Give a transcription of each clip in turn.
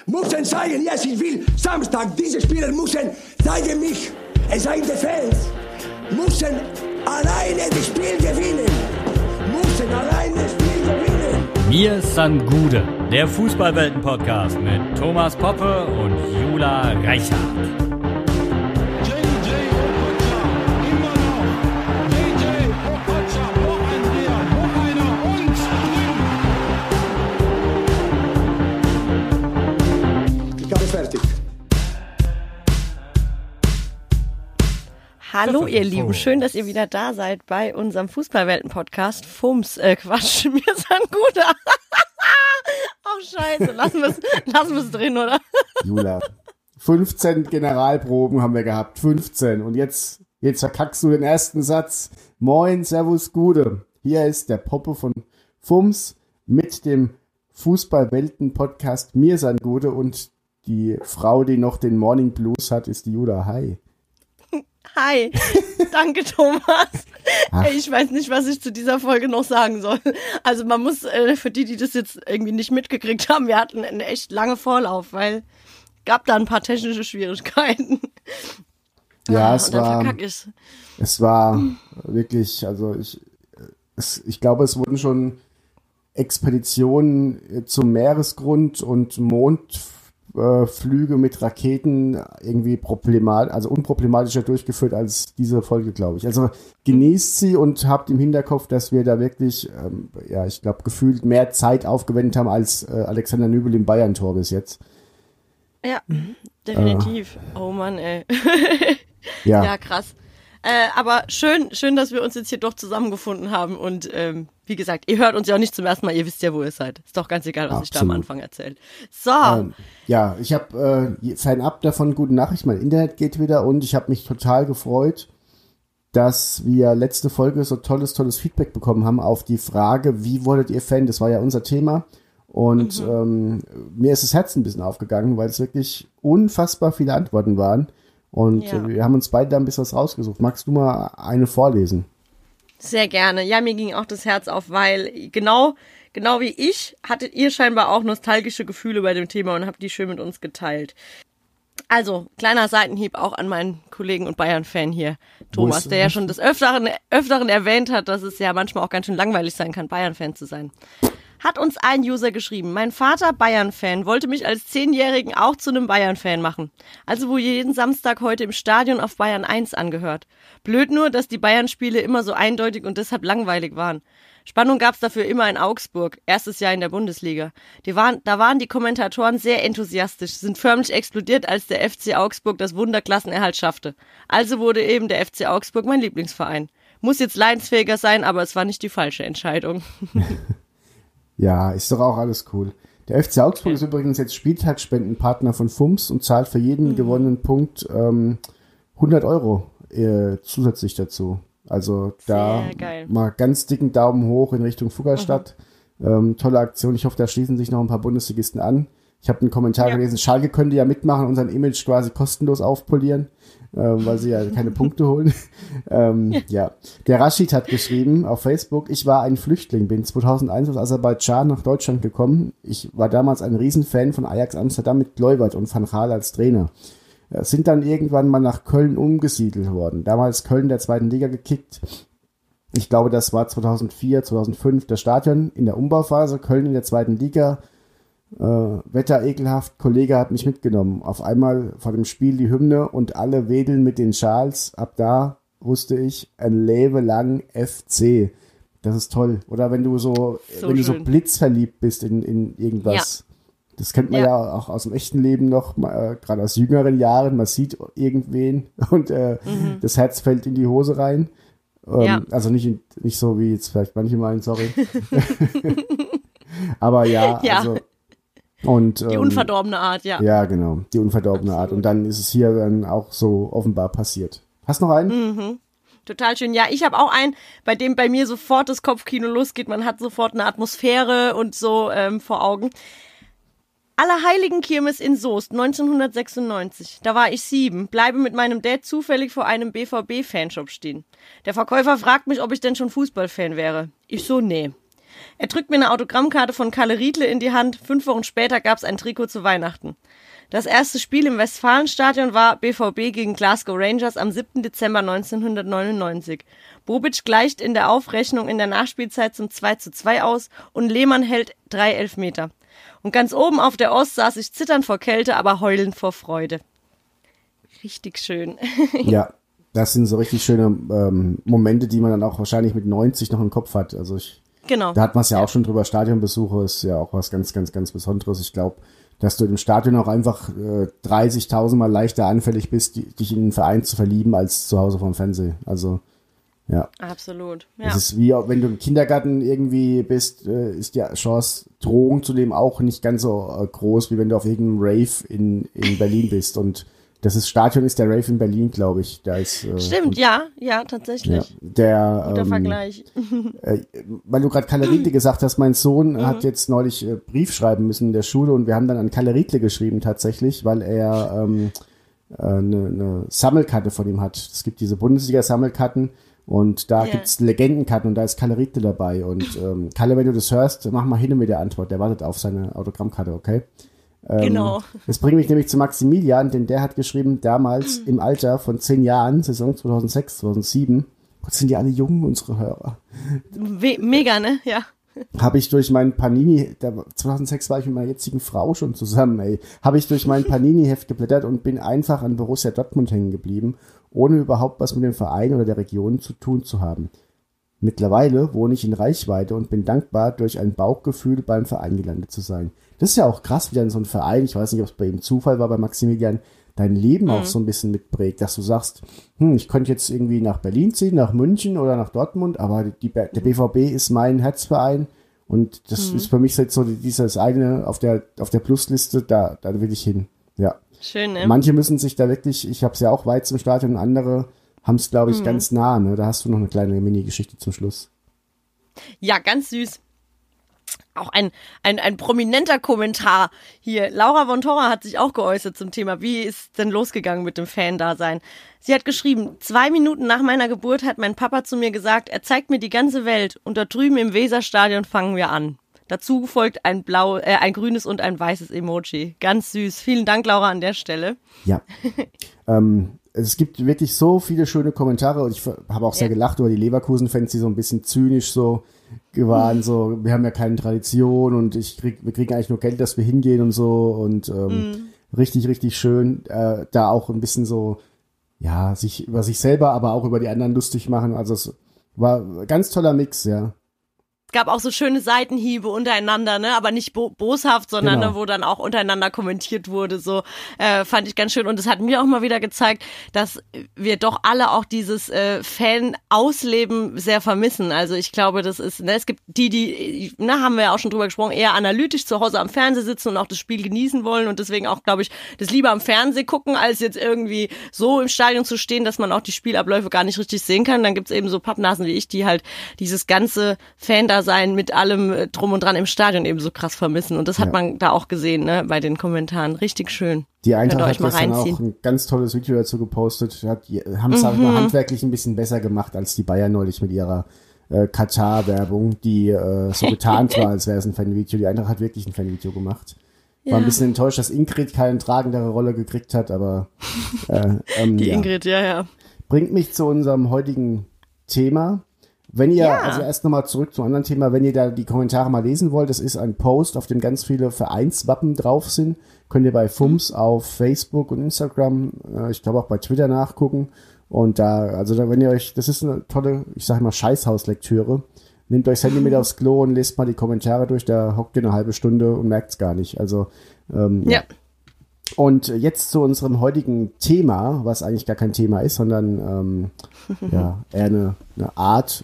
müssen zeigen, yes, ich will Samstag, diese Spieler müssen zeigen mich, es seien die Fans, müssen alleine das Spiel gewinnen, müssen alleine das Spiel gewinnen. Mir san Gude, der Fußballwelten-Podcast mit Thomas Poppe und Jula Reichert. Hallo ihr Lieben, schön, dass ihr wieder da seid bei unserem Fußballwelten-Podcast. Quatsch, mir san Gude. Oh scheiße, lassen wir es drin, oder? Jula, 15 Generalproben haben wir gehabt, 15. Und jetzt verkackst du den ersten Satz. Moin, servus, Gude. Hier ist der Poppe von FUMS mit dem Fußballwelten-Podcast Mir san Gude. Und die Frau, die noch den Morning Blues hat, ist die Jula. Hi. Hi, danke Thomas. Ich weiß nicht, was ich zu dieser Folge noch sagen soll. Also man muss, für die das jetzt irgendwie nicht mitgekriegt haben, wir hatten eine echt lange Vorlauf, weil gab da ein paar technische Schwierigkeiten. Ja, es war wirklich, also ich glaube, es wurden schon Expeditionen zum Meeresgrund und Mondflüge mit Raketen irgendwie unproblematischer durchgeführt als diese Folge, glaube ich. Also genießt sie und habt im Hinterkopf, dass wir da wirklich, ich glaube, gefühlt mehr Zeit aufgewendet haben als Alexander Nübel im Bayern-Tor bis jetzt. Ja, definitiv. Oh Mann, ey. Ja, krass. Aber schön, dass wir uns jetzt hier doch zusammengefunden haben und wie gesagt, ihr hört uns ja auch nicht zum ersten Mal, ihr wisst ja, wo ihr seid. Ist doch ganz egal, was ich da am Anfang erzähle. So. Ich habe fernab davon gute Nachricht, mein Internet geht wieder und ich habe mich total gefreut, dass wir letzte Folge so tolles Feedback bekommen haben auf die Frage, wie wurdet ihr Fan? Das war ja unser Thema und mir ist das Herz ein bisschen aufgegangen, weil es wirklich unfassbar viele Antworten waren. Und wir haben uns beide da ein bisschen was rausgesucht. Magst du mal eine vorlesen? Sehr gerne. Ja, mir ging auch das Herz auf, weil genau wie ich hattet ihr scheinbar auch nostalgische Gefühle bei dem Thema und habt die schön mit uns geteilt. Also, kleiner Seitenhieb auch an meinen Kollegen und Bayern-Fan hier, Thomas, der ja schon des Öfteren erwähnt hat, dass es ja manchmal auch ganz schön langweilig sein kann, Bayern-Fan zu sein. Hat uns ein User geschrieben, mein Vater Bayern-Fan wollte mich als 10-Jährigen auch zu einem Bayern-Fan machen. Also wohl jeden Samstag heute im Stadion auf Bayern 1 angehört. Blöd nur, dass die Bayern-Spiele immer so eindeutig und deshalb langweilig waren. Spannung gab's dafür immer in Augsburg, erstes Jahr in der Bundesliga. Da waren die Kommentatoren sehr enthusiastisch, sind förmlich explodiert, als der FC Augsburg das Wunderklassenerhalt schaffte. Also wurde eben der FC Augsburg mein Lieblingsverein. Muss jetzt leidensfähiger sein, aber es war nicht die falsche Entscheidung. Ja, ist doch auch alles cool. Der FC Augsburg ist übrigens jetzt Spieltagsspendenpartner von FUMS und zahlt für jeden gewonnenen Punkt 100 Euro zusätzlich dazu. Also da mal ganz dicken Daumen hoch in Richtung Fuggerstadt. Tolle Aktion. Ich hoffe, da schließen sich noch ein paar Bundesligisten an. Ich habe einen Kommentar gelesen, Schalke könnte ja mitmachen und sein Image quasi kostenlos aufpolieren, weil sie ja keine Punkte holen. Der Rashid hat geschrieben auf Facebook, ich war ein Flüchtling, bin 2001 aus Aserbaidschan nach Deutschland gekommen. Ich war damals ein Riesenfan von Ajax Amsterdam mit Kluivert und Van Gaal als Trainer. Sind dann irgendwann mal nach Köln umgesiedelt worden. Damals Köln der zweiten Liga gekickt. Ich glaube, das war 2004, 2005 das Stadion in der Umbauphase. Köln in der zweiten Liga. Wetter ekelhaft, Kollege hat mich mitgenommen. Auf einmal vor dem Spiel die Hymne und alle wedeln mit den Schals. Ab da wusste ich, ein Leben lang FC. Das ist toll. Oder wenn du so blitzverliebt bist in irgendwas. Ja. Das kennt man ja auch aus dem echten Leben noch, gerade aus jüngeren Jahren. Man sieht irgendwen und das Herz fällt in die Hose rein. Also nicht so wie jetzt vielleicht manche meinen, sorry. Aber also und die unverdorbene Art, ja. Ja, genau, die unverdorbene Art. Und dann ist es hier dann auch so offenbar passiert. Hast du noch einen? Mhm. Total schön. Ja, ich habe auch einen, bei dem bei mir sofort das Kopfkino losgeht. Man hat sofort eine Atmosphäre und so vor Augen. Allerheiligenkirmes in Soest, 1996. Da war ich 7, bleibe mit meinem Dad zufällig vor einem BVB-Fanshop stehen. Der Verkäufer fragt mich, ob ich denn schon Fußballfan wäre. Ich so, nee. Er drückt mir eine Autogrammkarte von Kalle Riedle in die Hand. 5 Wochen später gab's ein Trikot zu Weihnachten. Das erste Spiel im Westfalenstadion war BVB gegen Glasgow Rangers am 7. Dezember 1999. Bobic gleicht in der Aufrechnung in der Nachspielzeit zum 2:2 aus und Lehmann hält 3 Elfmeter. Und ganz oben auf der Ost saß ich zitternd vor Kälte, aber heulend vor Freude. Richtig schön. Ja, das sind so richtig schöne Momente, die man dann auch wahrscheinlich mit 90 noch im Kopf hat. Also Genau. Da hat man es ja auch schon drüber, Stadionbesuche ist ja auch was ganz, ganz, ganz Besonderes. Ich glaube, dass du im Stadion auch einfach 30.000 Mal leichter anfällig bist, dich in einen Verein zu verlieben, als zu Hause vorm Fernsehen. Also, ja. Absolut. Ja. Es ist wie, wenn du im Kindergarten irgendwie bist, ist die Chance, Drogen zu nehmen, auch nicht ganz so groß, wie wenn du auf irgendeinem Rave in Berlin bist. Und Stadion ist der Rave in Berlin, glaube ich. Da ist, Stimmt, ja, tatsächlich. Ja, Guter Vergleich. Weil du gerade Kalle Riedle gesagt hast, mein Sohn hat jetzt neulich Brief schreiben müssen in der Schule und wir haben dann an Kalle Riedle geschrieben tatsächlich, weil er eine Sammelkarte von ihm hat. Es gibt diese Bundesliga-Sammelkarten und da gibt's Legendenkarten und da ist Kalle Riedle dabei. Und Kalle, wenn du das hörst, mach mal hin mit der Antwort. Der wartet auf seine Autogrammkarte, okay? Genau. Das bringt mich nämlich zu Maximilian, denn der hat geschrieben, damals im Alter von 10 Jahren, Saison 2006, 2007, Gott, sind die alle jung, unsere Hörer. Mega, ne? Ja. Habe ich durch meinen Panini, 2006 war ich mit meiner jetzigen Frau schon zusammen, habe ich durch mein Panini-Heft geblättert und bin einfach an Borussia Dortmund hängen geblieben, ohne überhaupt was mit dem Verein oder der Region zu tun zu haben. Mittlerweile wohne ich in Reichweite und bin dankbar, durch ein Bauchgefühl beim Verein gelandet zu sein. Das ist ja auch krass, wie dann so ein Verein, ich weiß nicht, ob es bei ihm Zufall war, bei Maximilian, dein Leben auch so ein bisschen mitprägt, dass du sagst, ich könnte jetzt irgendwie nach Berlin ziehen, nach München oder nach Dortmund, aber der BVB ist mein Herzverein und das ist für mich jetzt so dieses eine auf der Plusliste, da will ich hin. Ja. Schön, ne? Manche müssen sich da wirklich, ich habe es ja auch weit zum Stadion, und andere haben es, glaube ich, ganz nah, ne? Da hast du noch eine kleine Mini-Geschichte zum Schluss. Ja, ganz süß. Auch ein prominenter Kommentar hier. Laura von Torra hat sich auch geäußert zum Thema, wie ist denn losgegangen mit dem Fan-Dasein? Sie hat geschrieben, 2 Minuten nach meiner Geburt hat mein Papa zu mir gesagt, er zeigt mir die ganze Welt und da drüben im Weserstadion fangen wir an. Dazu folgt ein grünes und ein weißes Emoji. Ganz süß. Vielen Dank, Laura, an der Stelle. Ja. Es gibt wirklich so viele schöne Kommentare und ich habe auch sehr gelacht über die Leverkusen-Fans, die so ein bisschen zynisch so waren, so, wir haben ja keine Tradition und wir kriegen eigentlich nur Geld, dass wir hingehen und so und richtig, richtig schön, da auch ein bisschen so, ja, sich über sich selber, aber auch über die anderen lustig machen, also es war ein ganz toller Mix, ja. Es gab auch so schöne Seitenhiebe untereinander, ne, aber nicht boshaft, sondern Genau. ne, wo dann auch untereinander kommentiert wurde, so fand ich ganz schön. Und es hat mir auch mal wieder gezeigt, dass wir doch alle auch dieses Fan-Ausleben sehr vermissen. Also ich glaube, das ist, ne, es gibt die, haben wir ja auch schon drüber gesprochen, eher analytisch zu Hause am Fernseher sitzen und auch das Spiel genießen wollen und deswegen auch, glaube ich, das lieber am Fernsehen gucken, als jetzt irgendwie so im Stadion zu stehen, dass man auch die Spielabläufe gar nicht richtig sehen kann. Dann gibt's eben so Pappnasen wie ich, die halt dieses ganze Fan-Dasein mit allem drum und dran im Stadion eben so krass vermissen. Und das hat man da auch gesehen, ne, bei den Kommentaren. Richtig schön. Die Eintracht hat mal gestern reinziehen. auch ein ganz tolles Video dazu gepostet. Haben es halt mal handwerklich ein bisschen besser gemacht als die Bayern neulich mit ihrer Katar-Werbung, die so getarnt war, als wäre es ein Fanvideo. Die Eintracht hat wirklich ein Fanvideo gemacht. War ein bisschen enttäuscht, dass Ingrid keine tragendere Rolle gekriegt hat, aber Die Ingrid, ja. Bringt mich zu unserem heutigen Thema. Wenn ihr, also erst nochmal zurück zum anderen Thema, wenn ihr da die Kommentare mal lesen wollt, das ist ein Post, auf dem ganz viele Vereinswappen drauf sind, könnt ihr bei FUMS auf Facebook und Instagram, ich glaube auch bei Twitter nachgucken und wenn ihr euch, das ist eine tolle, ich sag mal Scheißhauslektüre, nehmt euch das Handy mit aufs Klo und lest mal die Kommentare durch, da hockt ihr eine halbe Stunde und merkt's gar nicht, also ja. Und jetzt zu unserem heutigen Thema, was eigentlich gar kein Thema ist, sondern eher eine Art,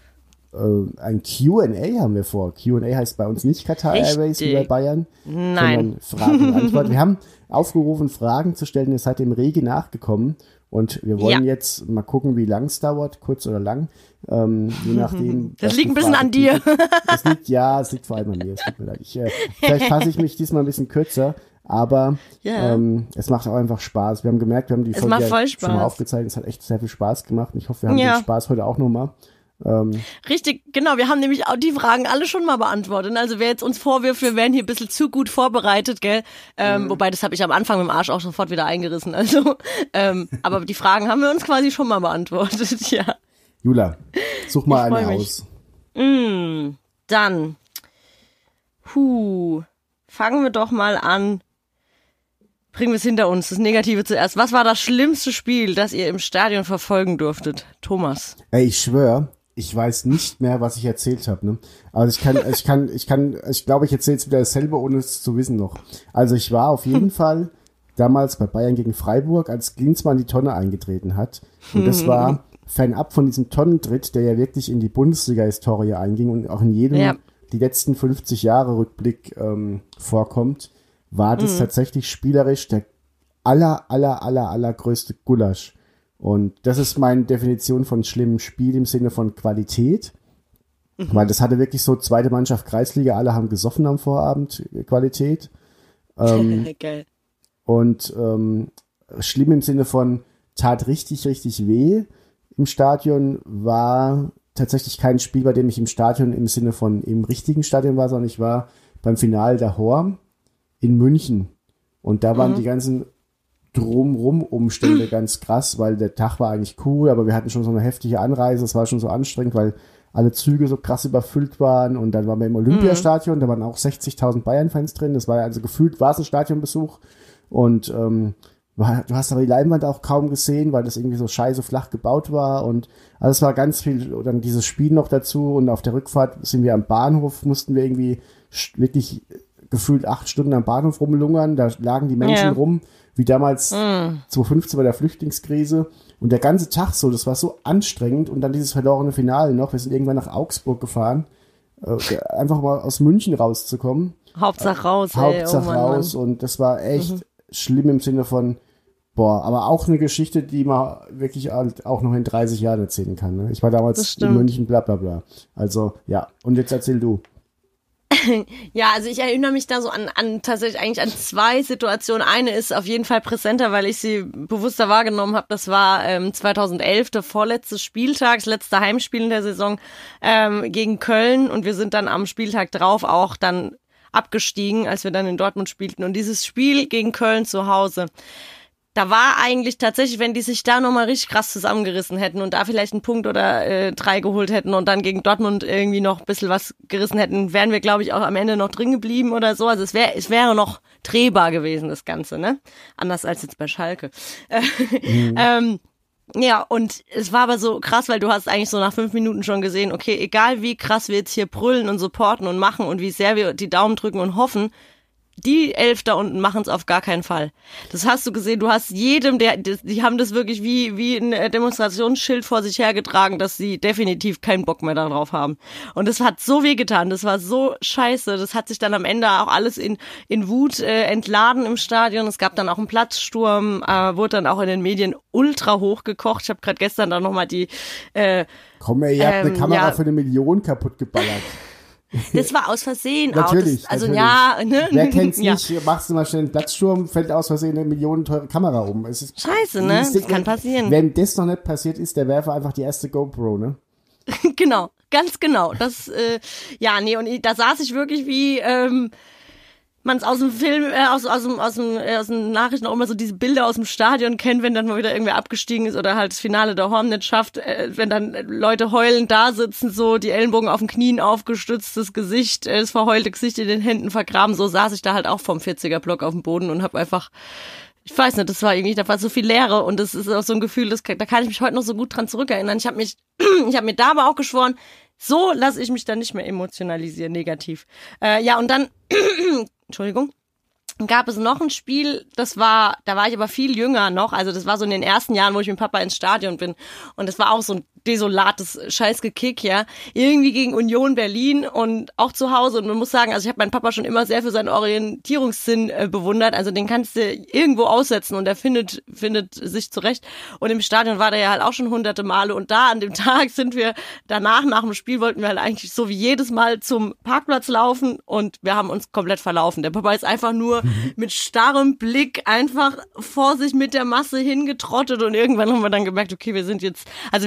ein Q&A haben wir vor. Q&A heißt bei uns nicht Qatar Airways wie bei Bayern, Nein. sondern Fragen und Antwort. Wir haben aufgerufen, Fragen zu stellen, ihr seid dem rege nachgekommen und wir wollen jetzt mal gucken, wie lang es dauert, kurz oder lang, je nachdem. Das liegt ein bisschen an dir. Es liegt vor allem an mir, es tut mir leid. Vielleicht fasse ich mich diesmal ein bisschen kürzer, aber es macht auch einfach Spaß. Wir haben gemerkt, wir haben die Folge schon mal aufgezeichnet, es hat echt sehr viel Spaß gemacht und ich hoffe, wir haben den Spaß heute auch nochmal. Richtig, genau. Wir haben nämlich auch die Fragen alle schon mal beantwortet. Also wer jetzt uns vorwirft, wir wären hier ein bisschen zu gut vorbereitet, gell? Wobei, das habe ich am Anfang mit dem Arsch auch sofort wieder eingerissen. Also, aber die Fragen haben wir uns quasi schon mal beantwortet, ja. Jula, such mal eine aus. Dann, fangen wir doch mal an. Bringen wir es hinter uns, das Negative zuerst. Was war das schlimmste Spiel, das ihr im Stadion verfolgen durftet? Thomas. Ey, ich schwöre, ich weiß nicht mehr, was ich erzählt habe, ne? Also ich glaube, ich erzähle jetzt wieder dasselbe, ohne es zu wissen noch. Also ich war auf jeden Fall damals bei Bayern gegen Freiburg, als Klinsmann die Tonne eingetreten hat. Und das war fernab von diesem Tonnentritt, der ja wirklich in die Bundesliga-Historie einging und auch in jedem die letzten 50 Jahre Rückblick vorkommt, war das tatsächlich spielerisch der allergrößte Gulasch. Und das ist meine Definition von schlimmem Spiel im Sinne von Qualität. Weil das hatte wirklich so zweite Mannschaft Kreisliga, alle haben gesoffen am Vorabend, Qualität. Geil. Und schlimm im Sinne von tat richtig weh im Stadion, war tatsächlich kein Spiel, bei dem ich im Stadion im Sinne von im richtigen Stadion war, sondern ich war beim Finale der Horm in München. Und da waren die ganzen Drumrum-Umstände ganz krass, weil der Tag war eigentlich cool, aber wir hatten schon so eine heftige Anreise, es war schon so anstrengend, weil alle Züge so krass überfüllt waren und dann waren wir im Olympiastadion, da waren auch 60.000 Bayern-Fans drin, das war also gefühlt war es ein Stadionbesuch und du hast aber die Leinwand auch kaum gesehen, weil das irgendwie so scheiße flach gebaut war und also es war ganz viel, dann dieses Spiel noch dazu und auf der Rückfahrt sind wir am Bahnhof, mussten wir irgendwie wirklich gefühlt 8 Stunden am Bahnhof rumlungern, da lagen die Menschen rum, wie damals 2015 bei der Flüchtlingskrise und der ganze Tag so, das war so anstrengend und dann dieses verlorene Finale noch, wir sind irgendwann nach Augsburg gefahren, einfach mal aus München rauszukommen. Hauptsache raus, Hauptsache Mann. raus und das war echt schlimm im Sinne von, aber auch eine Geschichte, die man wirklich auch noch in 30 Jahren erzählen kann. Ne? Ich war damals in München, bla bla bla. Also, ja, und jetzt erzähl du. Ja, also ich erinnere mich da so an tatsächlich eigentlich an 2 Situationen. Eine ist auf jeden Fall präsenter, weil ich sie bewusster wahrgenommen habe. Das war 2011, der vorletzte Spieltag, das letzte Heimspiel in der Saison gegen Köln und wir sind dann am Spieltag drauf auch dann abgestiegen, als wir dann in Dortmund spielten. Und dieses Spiel gegen Köln zu Hause, da war eigentlich tatsächlich, wenn die sich da nochmal richtig krass zusammengerissen hätten und da vielleicht einen Punkt oder 3 geholt hätten und dann gegen Dortmund irgendwie noch ein bisschen was gerissen hätten, wären wir, glaube ich, auch am Ende noch drin geblieben oder so. Also es wäre noch drehbar gewesen, das Ganze, ne? Anders als jetzt bei Schalke. Ja, und es war aber so krass, weil du hast eigentlich so nach 5 Minuten schon gesehen, okay, egal wie krass wir jetzt hier brüllen und supporten und machen und wie sehr wir die Daumen drücken und hoffen, die 11 da unten machen es auf gar keinen Fall. Das hast du gesehen, du hast jedem, die haben das wirklich wie ein Demonstrationsschild vor sich hergetragen, dass sie definitiv keinen Bock mehr darauf haben. Und das hat so wehgetan, das war so scheiße, das hat sich dann am Ende auch alles in Wut entladen im Stadion. Es gab dann auch einen Platzsturm, wurde dann auch in den Medien ultra hochgekocht. Ich habe gerade gestern dann nochmal die Komm ey, ihr habt eine Kamera für 1 Million kaputt geballert. Das war aus Versehen natürlich, auch. Also natürlich. ja, ne? Wer kennt's nicht, machst du mal schnell einen Platzsturm, fällt aus Versehen eine millionenteure Kamera um. Es ist, scheiße, ne? Das kann passieren. Wenn das noch nicht passiert ist, der werfe einfach die erste GoPro, ne? Genau, ganz genau. Das, und da saß ich wirklich wie, man es aus dem Film, aus den Nachrichten auch immer so diese Bilder aus dem Stadion kennt, wenn dann mal wieder irgendwer abgestiegen ist oder halt das Finale der Horm nicht schafft, wenn dann Leute heulend da sitzen, so die Ellenbogen auf den Knien aufgestützt, das Gesicht, das verheulte Gesicht in den Händen vergraben, so saß ich da halt auch vom 40er-Block auf dem Boden und hab einfach, ich weiß nicht, da war so viel Leere und das ist auch so ein Gefühl, da kann ich mich heute noch so gut dran zurückerinnern. Ich habe mir da aber auch geschworen, so lasse ich mich dann nicht mehr emotionalisieren, negativ. Und dann Entschuldigung, gab es noch ein Spiel, da war ich aber viel jünger noch, also das war so in den ersten Jahren, wo ich mit Papa ins Stadion bin und das war auch so ein desolates Scheißgekick, ja, irgendwie gegen Union Berlin und auch zu Hause und man muss sagen, also ich habe meinen Papa schon immer sehr für seinen Orientierungssinn bewundert, also den kannst du irgendwo aussetzen und er findet sich zurecht und im Stadion war der ja halt auch schon hunderte Male und da an dem Tag sind wir danach, nach dem Spiel wollten wir halt eigentlich so wie jedes Mal zum Parkplatz laufen und wir haben uns komplett verlaufen. Der Papa ist einfach nur mit starrem Blick einfach vor sich mit der Masse hingetrottet und irgendwann haben wir dann gemerkt, okay, wir sind jetzt, also wer schon mal einen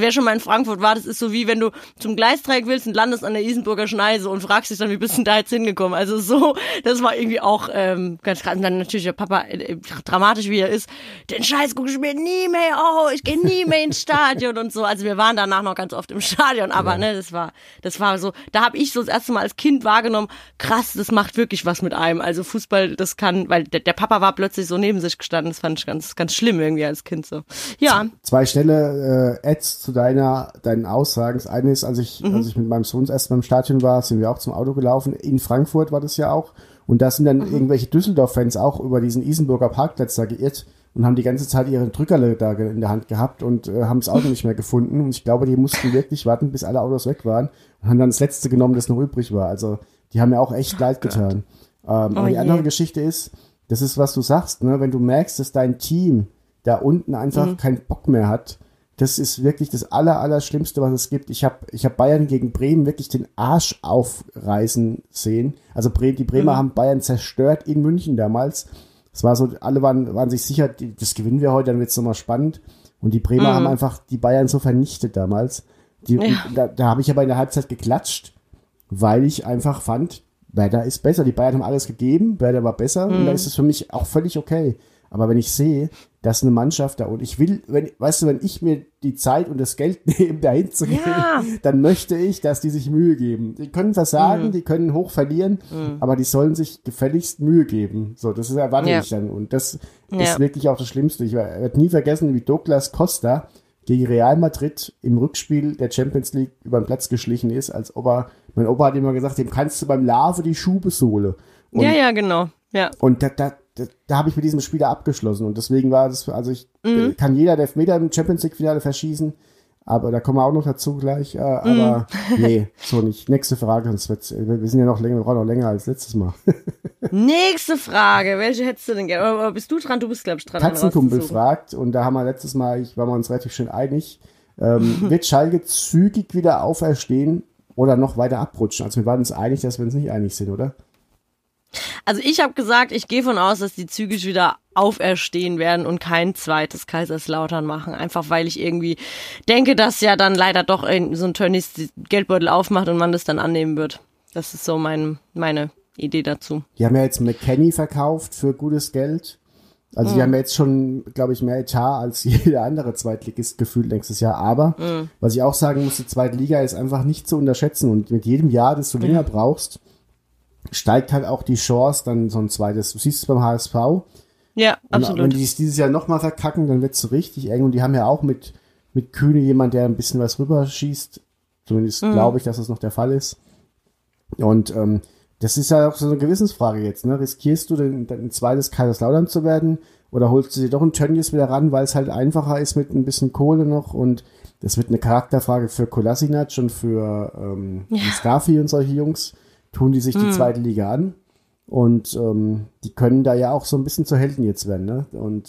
Frankfurt war, das ist so wie wenn du zum Gleisdreieck willst und landest an der Isenburger Schneise und fragst dich dann, wie bist du da jetzt hingekommen? Also so, das war irgendwie auch ganz krass. Und dann natürlich der Papa, dramatisch wie er ist, den Scheiß gucke ich mir nie mehr, ich gehe nie mehr ins Stadion und so. Also wir waren danach noch ganz oft im Stadion, aber ne, das war so, da habe ich so das erste Mal als Kind wahrgenommen, krass, das macht wirklich was mit einem. Also Fußball, das kann, weil der Papa war plötzlich so neben sich gestanden, das fand ich ganz, ganz schlimm irgendwie als Kind so. Ja. Zwei schnelle Ads zu deinen Aussagen. Das eine ist, als ich mit meinem Sohn erst beim Stadion war, sind wir auch zum Auto gelaufen. In Frankfurt war das ja auch. Und da sind dann irgendwelche Düsseldorf-Fans auch über diesen Isenburger Parkplatz da geirrt und haben die ganze Zeit ihre Drückerle da in der Hand gehabt und haben das Auto nicht mehr gefunden. Und ich glaube, die mussten wirklich warten, bis alle Autos weg waren und haben dann das letzte genommen, das noch übrig war. Also die haben mir auch echt leid getan. Aber die andere Geschichte ist, das ist, was du sagst, ne? Wenn du merkst, dass dein Team da unten einfach keinen Bock mehr hat, das ist wirklich das Allerschlimmste, was es gibt. Ich hab Bayern gegen Bremen wirklich den Arsch aufreißen sehen. Also die Bremer haben Bayern zerstört in München damals. Es war so, alle waren sich sicher, das gewinnen wir heute, dann wird's nochmal spannend. Und die Bremer haben einfach die Bayern so vernichtet damals. Da habe ich aber in der Halbzeit geklatscht, weil ich einfach fand, Werder ist besser. Die Bayern haben alles gegeben, Werder war besser und da ist es für mich auch völlig okay. Aber wenn ich sehe, dass eine Mannschaft da und ich will, wenn ich mir die Zeit und das Geld nehme, da hinzugehen, dann möchte ich, dass die sich Mühe geben. Die können versagen, die können hoch verlieren, aber die sollen sich gefälligst Mühe geben. So, das erwarte ich dann. Und das ist wirklich auch das Schlimmste. Ich werde nie vergessen, wie Douglas Costa gegen Real Madrid im Rückspiel der Champions League über den Platz geschlichen ist, mein Opa hat immer gesagt, dem kannst du beim Larve die Schuhbesohle. Und, ja, genau. Ja. Und da habe ich mit diesem Spieler abgeschlossen und deswegen war das, also kann jeder Elfmeter im Champions League Finale verschießen, aber da kommen wir auch noch dazu gleich, aber nee, so nicht. Nächste Frage, sonst wir sind ja noch länger, wir brauchen noch länger als letztes Mal. Nächste Frage, welche hättest du denn gerne? Oder bist du dran? Du bist, glaube ich, dran. Katzenkumpel fragt, und da haben wir letztes Mal, waren wir uns relativ schön einig, wird Schalke zügig wieder auferstehen oder noch weiter abrutschen? Also wir waren uns einig, dass wir uns nicht einig sind, oder? Also ich habe gesagt, ich gehe von aus, dass die zügig wieder auferstehen werden und kein zweites Kaiserslautern machen. Einfach weil ich irgendwie denke, dass ja dann leider doch so ein Tönnies Geldbeutel aufmacht und man das dann annehmen wird. Das ist so meine Idee dazu. Die haben ja jetzt McKennie verkauft für gutes Geld. Also die haben ja jetzt schon, glaube ich, mehr Etat als jeder andere Zweitligist gefühlt nächstes Jahr. Aber was ich auch sagen muss, die zweite Liga ist einfach nicht zu unterschätzen. Und mit jedem Jahr, das du länger brauchst, steigt halt auch die Chance, dann so ein zweites. Du siehst es beim HSV. Ja, absolut. Und wenn die es dieses Jahr nochmal verkacken, dann wird es so richtig eng. Und die haben ja auch mit Kühne jemand, der ein bisschen was rüberschießt. Zumindest glaube ich, dass das noch der Fall ist. Und das ist ja auch so eine Gewissensfrage jetzt. Ne? Riskierst du denn ein zweites Kaiserslautern zu werden oder holst du dir doch einen Tönnies wieder ran, weil es halt einfacher ist mit ein bisschen Kohle noch? Und das wird eine Charakterfrage für Kolasinac und für Mustafi und solche Jungs. Tun die sich die zweite Liga an und die können da ja auch so ein bisschen zu Helden jetzt werden, ne? Und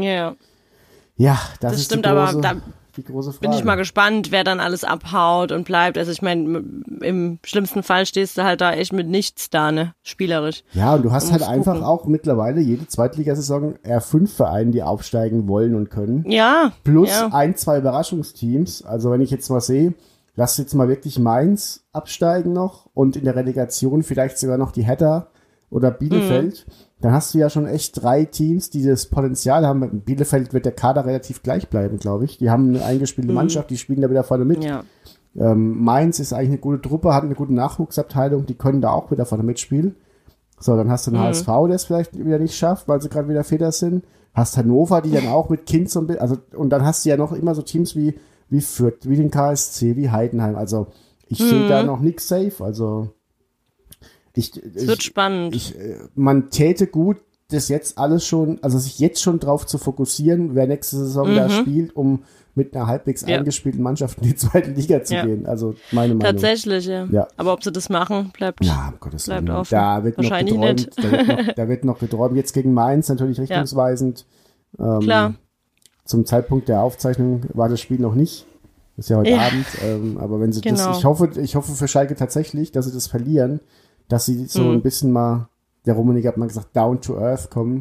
ja, das ist stimmt, die große Frage. Bin ich mal gespannt, wer dann alles abhaut und bleibt. Also ich meine, im schlimmsten Fall stehst du halt da echt mit nichts da, ne? Spielerisch. Ja, und du hast halt einfach auch mittlerweile jede Zweitligasaison R5-Vereine, die aufsteigen wollen und können. Ja. Plus 1-2 Überraschungsteams. Also wenn ich jetzt mal sehe, lass jetzt mal wirklich Mainz absteigen noch und in der Relegation vielleicht sogar noch die Hertha oder Bielefeld. Dann hast du ja schon echt 3 Teams, die das Potenzial haben. In Bielefeld wird der Kader relativ gleich bleiben, glaube ich. Die haben eine eingespielte Mannschaft, die spielen da wieder vorne mit. Ja. Mainz ist eigentlich eine gute Truppe, hat eine gute Nachwuchsabteilung, die können da auch wieder vorne mitspielen. So, dann hast du den HSV, der es vielleicht wieder nicht schafft, weil sie gerade wieder Feder sind. Hast Hannover, die dann auch mit Kind so ein bisschen, also, und dann hast du ja noch immer so Teams wie Fürth, wie den KSC, wie Heidenheim. Also ich sehe da noch nichts safe. Also es wird spannend. Man täte gut, das jetzt alles schon, also sich jetzt schon drauf zu fokussieren, wer nächste Saison da spielt, um mit einer halbwegs eingespielten Mannschaft in die zweite Liga zu gehen. Also meine Meinung. Tatsächlich, ja. Aber ob sie das machen, bleibt offen. Da wird wahrscheinlich noch geträumt. Nicht. Da wird noch geträumt. Jetzt gegen Mainz natürlich richtungsweisend. Klar. Zum Zeitpunkt der Aufzeichnung war das Spiel noch nicht. Das ist ja heute Abend. Aber wenn sie das, ich hoffe für Schalke tatsächlich, dass sie das verlieren, dass sie so ein bisschen mal, der Rummenigge hat mal gesagt, down to earth kommen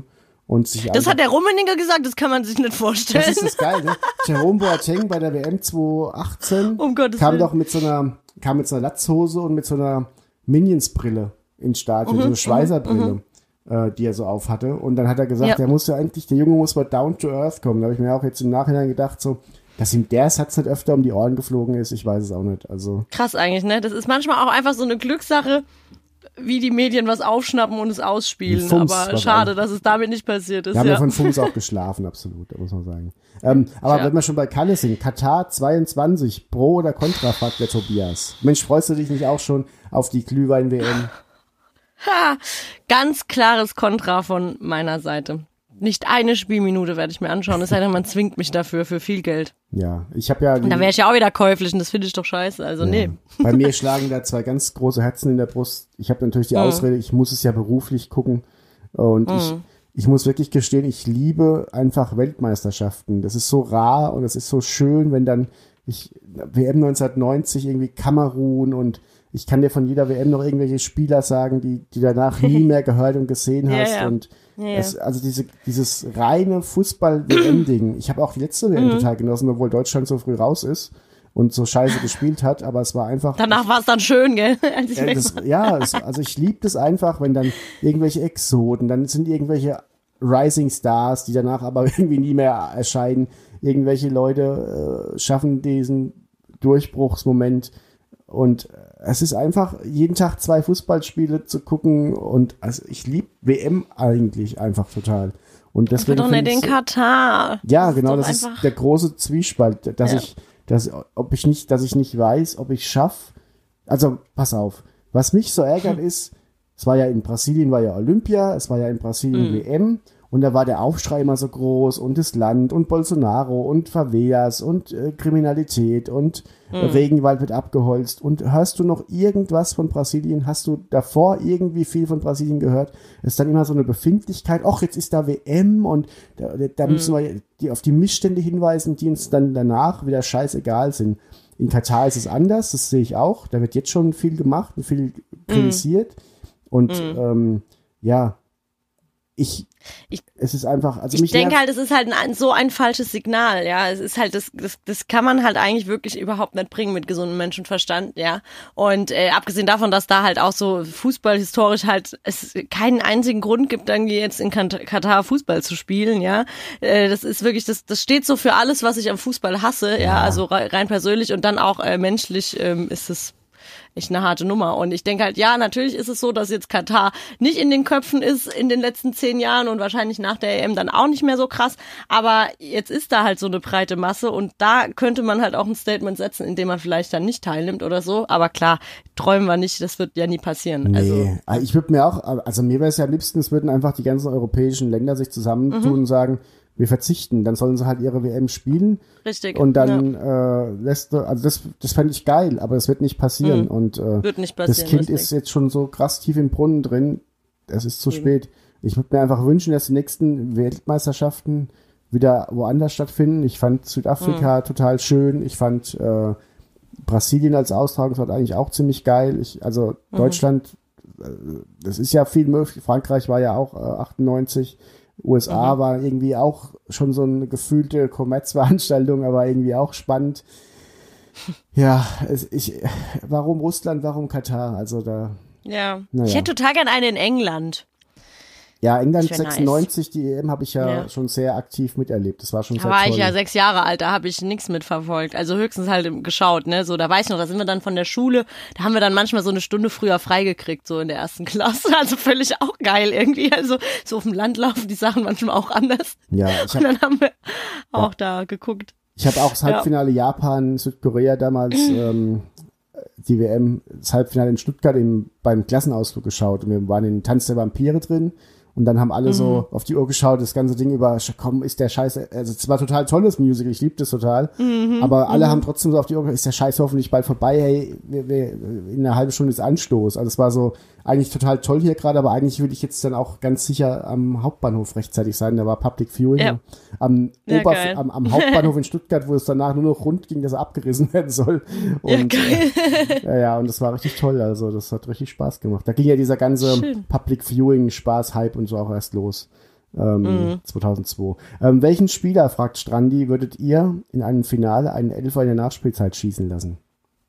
und sich Das hat der Rummenigge gesagt, das kann man sich nicht vorstellen. Das ist das Geil, ne? Jerome Boateng bei der WM 2018 kam doch mit so einer Latzhose und mit so einer Minions-Brille ins Stadion, so eine Schweißerbrille, die er so auf hatte. Und dann hat er gesagt, der Junge muss mal down to earth kommen. Da habe ich mir auch jetzt im Nachhinein gedacht, so, dass ihm der Satz nicht öfter um die Ohren geflogen ist, ich weiß es auch nicht. Also krass eigentlich, ne? Das ist manchmal auch einfach so eine Glückssache, wie die Medien was aufschnappen und es ausspielen. Aber schade, dass es damit nicht passiert ist. Wir haben ja von Fums auch geschlafen, absolut, da muss man sagen. Aber wenn wir schon bei Kalle sind, Katar 22, Pro oder Contra, fragt der Tobias. Mensch, freust du dich nicht auch schon auf die Glühwein-WM? Ganz klares Kontra von meiner Seite. Nicht eine Spielminute werde ich mir anschauen, es sei denn, man zwingt mich dafür für viel Geld. Ja, ich habe ja... Und dann wäre ich ja auch wieder käuflich und das finde ich doch scheiße, also nee. Bei mir schlagen da zwei ganz große Herzen in der Brust. Ich habe natürlich die Ausrede, ich muss es ja beruflich gucken und ich muss wirklich gestehen, ich liebe einfach Weltmeisterschaften. Das ist so rar und es ist so schön, wenn dann WM 1990 irgendwie Kamerun und ich kann dir von jeder WM noch irgendwelche Spieler sagen, die danach nie mehr gehört und gesehen hast und also dieses reine Fußball-WM-Ding. Ich habe auch die letzte WM total genossen, obwohl Deutschland so früh raus ist und so scheiße gespielt hat, aber es war einfach... Danach war es dann schön, gell? Also ich liebe das einfach, wenn dann irgendwelche Exoten, dann sind irgendwelche Rising Stars, die danach aber irgendwie nie mehr erscheinen. Irgendwelche Leute schaffen diesen Durchbruchsmoment und es ist einfach, jeden Tag 2 Fußballspiele zu gucken und also ich liebe WM eigentlich einfach total. Und deswegen doch nicht in Katar. Ja, genau, das ist der große Zwiespalt, dass ich nicht weiß, ob ich schaffe. Also, pass auf. Was mich so ärgert ist, in Brasilien war ja Olympia, es war ja in Brasilien WM und da war der Aufschrei immer so groß und das Land und Bolsonaro und Favelas und Kriminalität und Regenwald wird abgeholzt. Und hörst du noch irgendwas von Brasilien? Hast du davor irgendwie viel von Brasilien gehört? Es ist dann immer so eine Befindlichkeit, ach, jetzt ist da WM und da müssen wir auf die Missstände hinweisen, die uns dann danach wieder scheißegal sind. In Katar ist es anders, das sehe ich auch. Da wird jetzt schon viel gemacht und viel kritisiert. Und es ist einfach, also ich denke halt, es ist halt so ein falsches Signal, ja. Es ist halt, das kann man halt eigentlich wirklich überhaupt nicht bringen mit gesundem Menschenverstand, ja. Und abgesehen davon, dass da halt auch so fußballhistorisch halt es keinen einzigen Grund gibt, irgendwie jetzt in Katar Fußball zu spielen, ja. Das ist wirklich, das steht so für alles, was ich am Fußball hasse, ja. Also rein persönlich und dann auch menschlich ist es echt eine harte Nummer. Und ich denke halt, ja, natürlich ist es so, dass jetzt Katar nicht in den Köpfen ist in den letzten 10 Jahren und wahrscheinlich nach der EM dann auch nicht mehr so krass. Aber jetzt ist da halt so eine breite Masse und da könnte man halt auch ein Statement setzen, indem man vielleicht dann nicht teilnimmt oder so. Aber klar, träumen wir nicht, das wird ja nie passieren. Nee, also ich würde mir auch, also mir wäre es ja am liebsten, es würden einfach die ganzen europäischen Länder sich zusammentun und sagen, wir verzichten, dann sollen sie halt ihre WM spielen. Richtig. Und dann das fände ich geil, aber das wird nicht passieren. Und wird nicht passieren, das Kind ist jetzt schon so krass tief im Brunnen drin, es ist zu spät. Ich würde mir einfach wünschen, dass die nächsten Weltmeisterschaften wieder woanders stattfinden. Ich fand Südafrika total schön, ich fand Brasilien als Austragungsort eigentlich auch ziemlich geil. Deutschland, das ist ja viel möglich, Frankreich war ja auch 98, USA war irgendwie auch schon so eine gefühlte Kommerzveranstaltung, aber irgendwie auch spannend. Ja, warum Russland, warum Katar? Also da. Ja, ich hätte total gern eine in England. Ja, England 96, nice. Die EM habe ich ja schon sehr aktiv miterlebt. Das war schon sehr toll. Da war ich ja 6 Jahre alt, da habe ich nichts mitverfolgt. Also höchstens halt geschaut, ne? So, da weiß ich noch, da sind wir dann von der Schule, da haben wir dann manchmal so eine Stunde früher freigekriegt, so in der 1. Klasse. Also völlig auch geil irgendwie. Also so auf dem Land laufen die Sachen manchmal auch anders. Ja, und dann haben wir auch da geguckt. Ich habe auch das Halbfinale Japan, Südkorea damals, die WM, das Halbfinale in Stuttgart beim Klassenausflug geschaut. Und wir waren in Tanz der Vampire drin. Und dann haben alle so auf die Uhr geschaut, das ganze Ding über, komm, ist der Scheiß, also es war total tolles Musical, ich liebe das total, aber alle haben trotzdem so auf die Uhr geschaut, ist der Scheiß hoffentlich bald vorbei, hey, in einer halben Stunde ist Anstoß. Also es war so eigentlich total toll hier gerade, aber eigentlich würde ich jetzt dann auch ganz sicher am Hauptbahnhof rechtzeitig sein, da war Public Viewing am Hauptbahnhof in Stuttgart, wo es danach nur noch rund ging, dass er abgerissen werden soll. Und und das war richtig toll, also das hat richtig Spaß gemacht. Da ging ja dieser ganze Public Viewing Spaß, Hype und so auch erst los. 2002. Welchen Spieler, fragt Strandi, würdet ihr in einem Finale einen Elfer in der Nachspielzeit schießen lassen?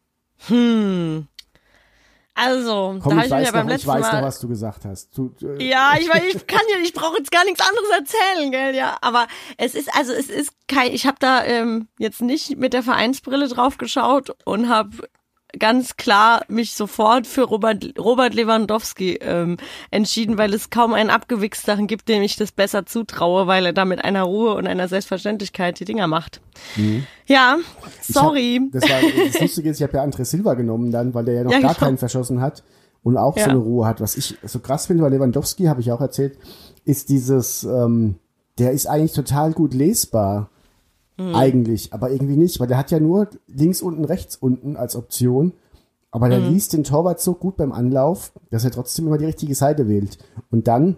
Also, Komm, da habe ich ich mir weiß, beim noch, letzten ich weiß Mal... noch, was du gesagt hast. Ja, ich brauche jetzt gar nichts anderes erzählen, gell, ja. Aber es ist kein, ich habe da jetzt nicht mit der Vereinsbrille drauf geschaut und habe ganz klar mich sofort für Robert Lewandowski entschieden, weil es kaum einen Abgewichsteren gibt, dem ich das besser zutraue, weil er da mit einer Ruhe und einer Selbstverständlichkeit die Dinger macht. Ja, sorry. Das Lustige ist, ich habe ja André Silva genommen dann, weil der ja noch gar keinen verschossen hat und auch so eine Ruhe hat. Was ich so krass finde bei Lewandowski, habe ich auch erzählt, ist dieses, der ist eigentlich total gut lesbar. Eigentlich, aber irgendwie nicht, weil der hat ja nur links unten, rechts unten als Option, aber der liest den Torwart so gut beim Anlauf, dass er trotzdem immer die richtige Seite wählt. Und dann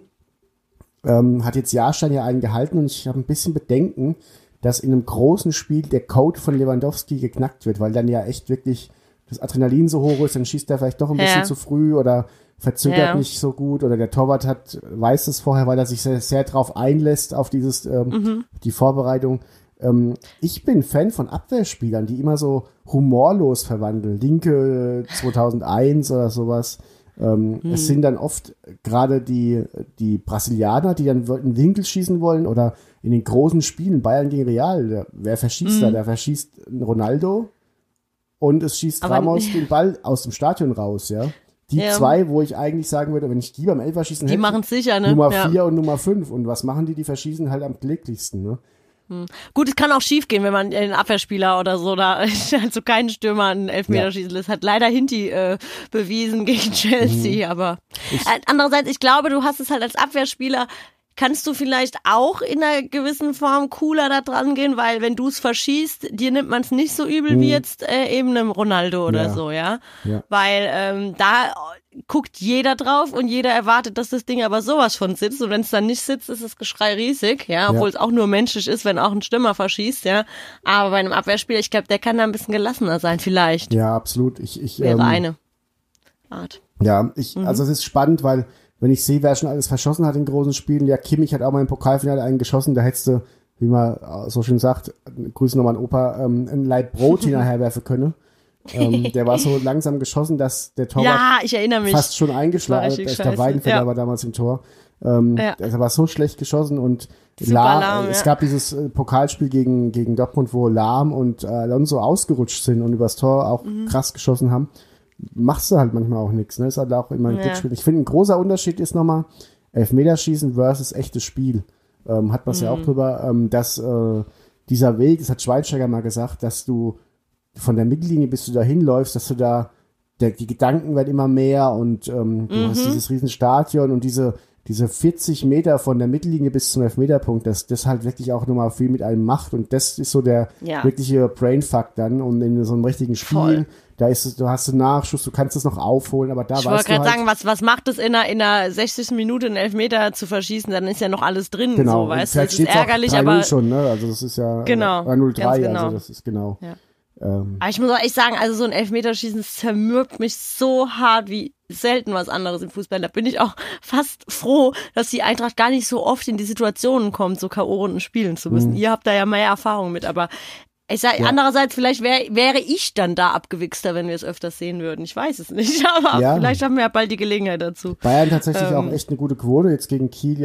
hat jetzt Jahrstein ja einen gehalten und ich habe ein bisschen Bedenken, dass in einem großen Spiel der Code von Lewandowski geknackt wird, weil dann ja echt wirklich das Adrenalin so hoch ist, dann schießt er vielleicht doch ein bisschen zu früh oder verzögert nicht so gut oder der Torwart weiß es vorher, weil er sich sehr, sehr drauf einlässt auf dieses die Vorbereitung. Ich bin Fan von Abwehrspielern, die immer so humorlos verwandeln. Linke 2001 oder sowas. Es sind dann oft gerade die Brasilianer, die dann einen Winkel schießen wollen oder in den großen Spielen, Bayern gegen Real, wer verschießt da? Der verschießt Ronaldo und es schießt Ramos den Ball aus dem Stadion raus, ja. Die zwei, wo ich eigentlich sagen würde, wenn ich die beim Elferschießen hätte, die machen es sicher, ne? Nummer 4 und Nummer 5. Und was machen die? Die verschießen halt am kläglichsten, ne? Gut, es kann auch schief gehen, wenn man einen Abwehrspieler oder so da, also keinen Stürmer einen Elfmeter schießen lässt. Hat leider Hinti bewiesen gegen Chelsea, aber andererseits, ich glaube, du hast es halt als Abwehrspieler, kannst du vielleicht auch in einer gewissen Form cooler da dran gehen, weil wenn du es verschießt, dir nimmt man es nicht so übel wie jetzt eben einem Ronaldo oder so, ja? Weil da guckt jeder drauf und jeder erwartet, dass das Ding aber sowas von sitzt und wenn es dann nicht sitzt, ist das Geschrei riesig, obwohl es auch nur menschlich ist, wenn auch ein Stürmer verschießt, aber bei einem Abwehrspieler, ich glaube, der kann da ein bisschen gelassener sein, vielleicht. Ja, absolut. Wäre eine Art. Ja, also es ist spannend, weil wenn ich sehe, wer schon alles verschossen hat in großen Spielen, ja, Kimmich hat auch mal im Pokalfinale einen geschossen, da hättest du, wie man so schön sagt, Grüße nochmal an Opa, ein Laib Brot hinterherwerfen können. Der war so langsam geschossen, dass der Torwart ich erinnere mich. fast schon eingeschlagen ist. Der Weidenfeller war damals im Tor. Er war so schlecht geschossen und es gab dieses Pokalspiel gegen Dortmund, wo Lahm und Alonso ausgerutscht sind und übers Tor auch krass geschossen haben. Machst du halt manchmal auch nichts, ne? Ist halt auch immer ein Glücksspiel. Ich finde, ein großer Unterschied ist nochmal Elfmeterschießen versus echtes Spiel. Hat man es ja auch drüber, dass dieser Weg, das hat Schweinsteiger mal gesagt, dass du von der Mittellinie bis du da hinläufst, dass du da, die Gedanken werden immer mehr und du hast dieses riesen Stadion und diese 40 Meter von der Mittellinie bis zum Elfmeterpunkt, das halt wirklich auch nochmal viel mit einem macht und das ist so der wirkliche Brainfuck dann und in so einem richtigen Spiel, du hast du Nachschuss, du kannst es noch aufholen, aber da weißt du halt... Ich wollte gerade sagen, was macht es in einer 60. Minute einen Elfmeter zu verschießen, dann ist ja noch alles drin, genau. So, weißt du, das ist ärgerlich, aber... schon, ne, also das ist ja 0-3, also das ist genau... Ja. Aber ich muss auch echt sagen, also so ein Elfmeterschießen zermürbt mich so hart wie selten was anderes im Fußball. Da bin ich auch fast froh, dass die Eintracht gar nicht so oft in die Situationen kommt, so K.O.-Runden spielen zu müssen. Ihr habt da ja mehr Erfahrung mit, aber ich sag, andererseits, vielleicht wäre ich dann da abgewichster, wenn wir es öfters sehen würden. Ich weiß es nicht, aber vielleicht haben wir ja bald die Gelegenheit dazu. Bayern tatsächlich auch echt eine gute Quote. Jetzt gegen Kiel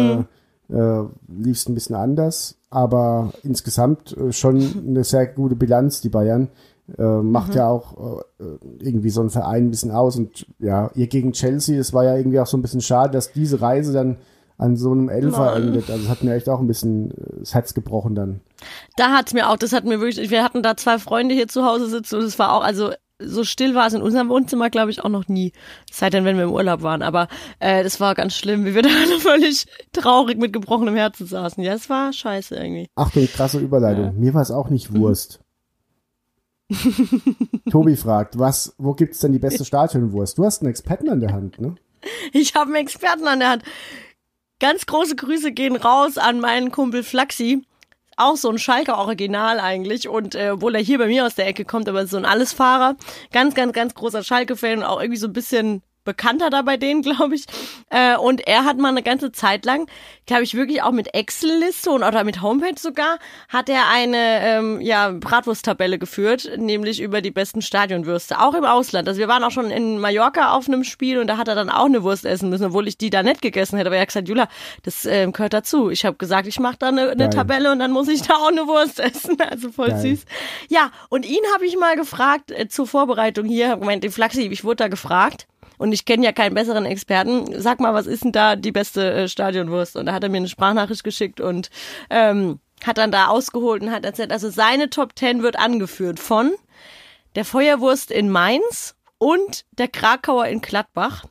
lief es ein bisschen anders, aber insgesamt schon eine sehr gute Bilanz, die Bayern. Macht ja auch irgendwie so ein Verein ein bisschen aus und ja, ihr gegen Chelsea, das war ja irgendwie auch so ein bisschen schade, dass diese Reise dann an so einem Elfer endet. Also es hat mir echt auch ein bisschen das Herz gebrochen dann. Das hat mir wirklich, wir hatten da 2 Freunde hier zu Hause sitzen und es war auch, also so still war es in unserem Wohnzimmer, glaube ich, auch noch nie. Es sei denn, wenn wir im Urlaub waren. Aber das war ganz schlimm, wie wir da alle völlig traurig mit gebrochenem Herzen saßen. Ja, es war scheiße irgendwie. Achtung, krasse Überleitung. Ja. Mir war es auch nicht Wurst. Tobi fragt, wo gibt's denn die beste Stadionwurst? Du hast einen Experten an der Hand, ne? Ich habe einen Experten an der Hand. Ganz große Grüße gehen raus an meinen Kumpel Flaxi. Auch so ein Schalker Original eigentlich und obwohl er hier bei mir aus der Ecke kommt, aber so ein Allesfahrer, ganz, ganz, ganz großer Schalke-Fan und auch irgendwie so ein bisschen Bekannter da bei denen, glaube ich. Und er hat mal eine ganze Zeit lang, glaube ich, wirklich auch mit Excel-Liste oder mit Homepage sogar, hat er eine Bratwurst-Tabelle geführt, nämlich über die besten Stadionwürste, auch im Ausland. Also wir waren auch schon in Mallorca auf einem Spiel und da hat er dann auch eine Wurst essen müssen, obwohl ich die da nicht gegessen hätte. Aber er hat gesagt, Jula, das gehört dazu. Ich habe gesagt, ich mache da eine Tabelle und dann muss ich da auch eine Wurst essen. Also voll süß. Ja, und ihn habe ich mal gefragt zur Vorbereitung hier, habe gemeint, Flaxi, ich wurde da gefragt. Und ich kenne ja keinen besseren Experten. Sag mal, was ist denn da die beste Stadionwurst? Und da hat er mir eine Sprachnachricht geschickt und hat dann da ausgeholt und hat erzählt, also seine Top 10 wird angeführt von der Feuerwurst in Mainz und der Krakauer in Gladbach.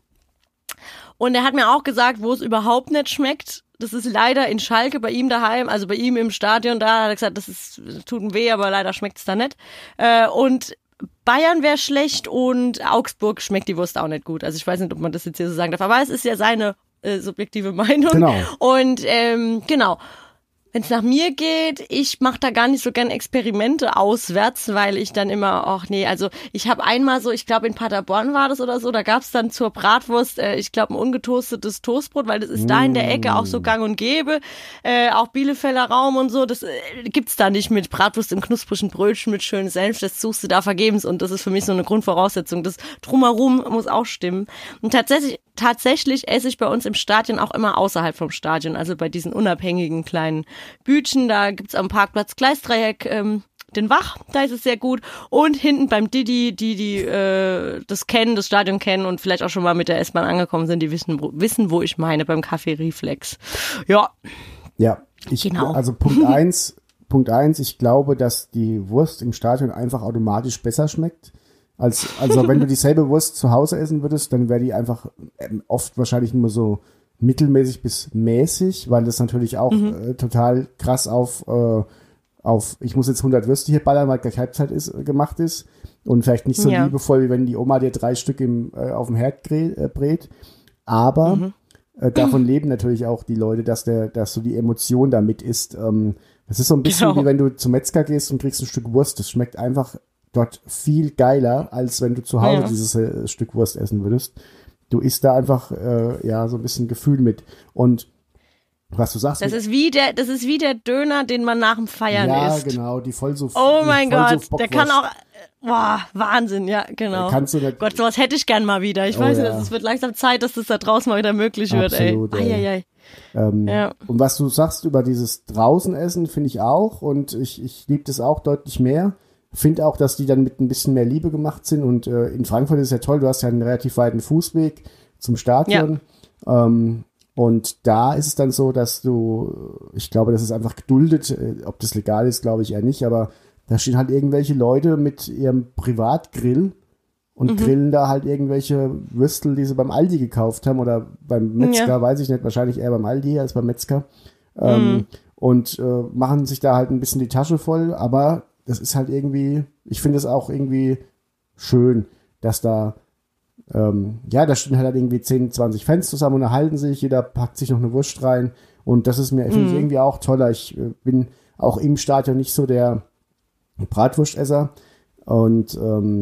Und er hat mir auch gesagt, wo es überhaupt nicht schmeckt. Das ist leider in Schalke bei ihm daheim, also bei ihm im Stadion da. Hat er gesagt, das tut ihm weh, aber leider schmeckt es da nicht. Und Bayern wäre schlecht und Augsburg schmeckt die Wurst auch nicht gut. Also ich weiß nicht, ob man das jetzt hier so sagen darf, aber es ist ja seine subjektive Meinung. Genau. Und genau. Wenn es nach mir geht, ich mache da gar nicht so gern Experimente auswärts, weil ich dann immer, also ich habe einmal so, ich glaube in Paderborn war das oder so, da gab's dann zur Bratwurst, ich glaube ein ungetoastetes Toastbrot, weil das ist da in der Ecke auch so gang und gäbe, auch Bielefelder Raum und so, das gibt's da nicht mit Bratwurst im knusprigen Brötchen mit schönem Senf, das suchst du da vergebens und das ist für mich so eine Grundvoraussetzung, das Drumherum muss auch stimmen. Und tatsächlich esse ich bei uns im Stadion auch immer außerhalb vom Stadion, also bei diesen unabhängigen kleinen Bütchen, da gibt's am Parkplatz Gleisdreieck den Wach, da ist es sehr gut und hinten beim Didi, die das Stadion kennen und vielleicht auch schon mal mit der S-Bahn angekommen sind, die wissen, wo ich meine, beim Café Reflex. Ja. Ja, genau. Also Punkt 1, ich glaube, dass die Wurst im Stadion einfach automatisch besser schmeckt. Also wenn du dieselbe Wurst zu Hause essen würdest, dann wäre die einfach oft wahrscheinlich nur so mittelmäßig bis mäßig, weil das natürlich auch total krass auf ich muss jetzt 100 Würste hier ballern, weil gleich Halbzeit gemacht ist und vielleicht nicht so liebevoll, wie wenn die Oma dir 3 Stück auf dem Herd brät. Aber davon leben natürlich auch die Leute, dass du die Emotion damit isst. Das ist so ein bisschen wie wenn du zum Metzger gehst und kriegst ein Stück Wurst. Das schmeckt einfach dort viel geiler, als wenn du zu Hause dieses Stück Wurst essen würdest. Du isst da einfach so ein bisschen Gefühl mit. Und was du sagst. Das ist wie der Döner, den man nach dem Feiern isst. Ja, genau, die Vollsuff. Oh mein Gott, der kann auch. Boah, Wahnsinn, ja, genau. Kannst du nicht, Gott, sowas hätte ich gern mal wieder. Ich weiß nicht, es wird langsam Zeit, dass das da draußen mal wieder möglich wird, absolut, ey. Und was du sagst über dieses Draußenessen, finde ich auch. Und ich liebe das auch deutlich mehr. Finde auch, dass die dann mit ein bisschen mehr Liebe gemacht sind. Und in Frankfurt ist ja toll, du hast ja einen relativ weiten Fußweg zum Stadion. Ja. Und da ist es dann so, dass ich glaube, das ist einfach geduldet. Ob das legal ist, glaube ich eher nicht. Aber da stehen halt irgendwelche Leute mit ihrem Privatgrill und grillen da halt irgendwelche Würstel, die sie beim Aldi gekauft haben oder beim Metzger, weiß ich nicht, wahrscheinlich eher beim Aldi als beim Metzger. Und machen sich da halt ein bisschen die Tasche voll. Aber das ist halt irgendwie, ich finde es auch irgendwie schön, dass da da stehen halt irgendwie 10, 20 Fans zusammen und erhalten sich, jeder packt sich noch eine Wurst rein und das ist mir finde ich irgendwie auch toller. Ich bin auch im Stadion nicht so der Bratwurstesser und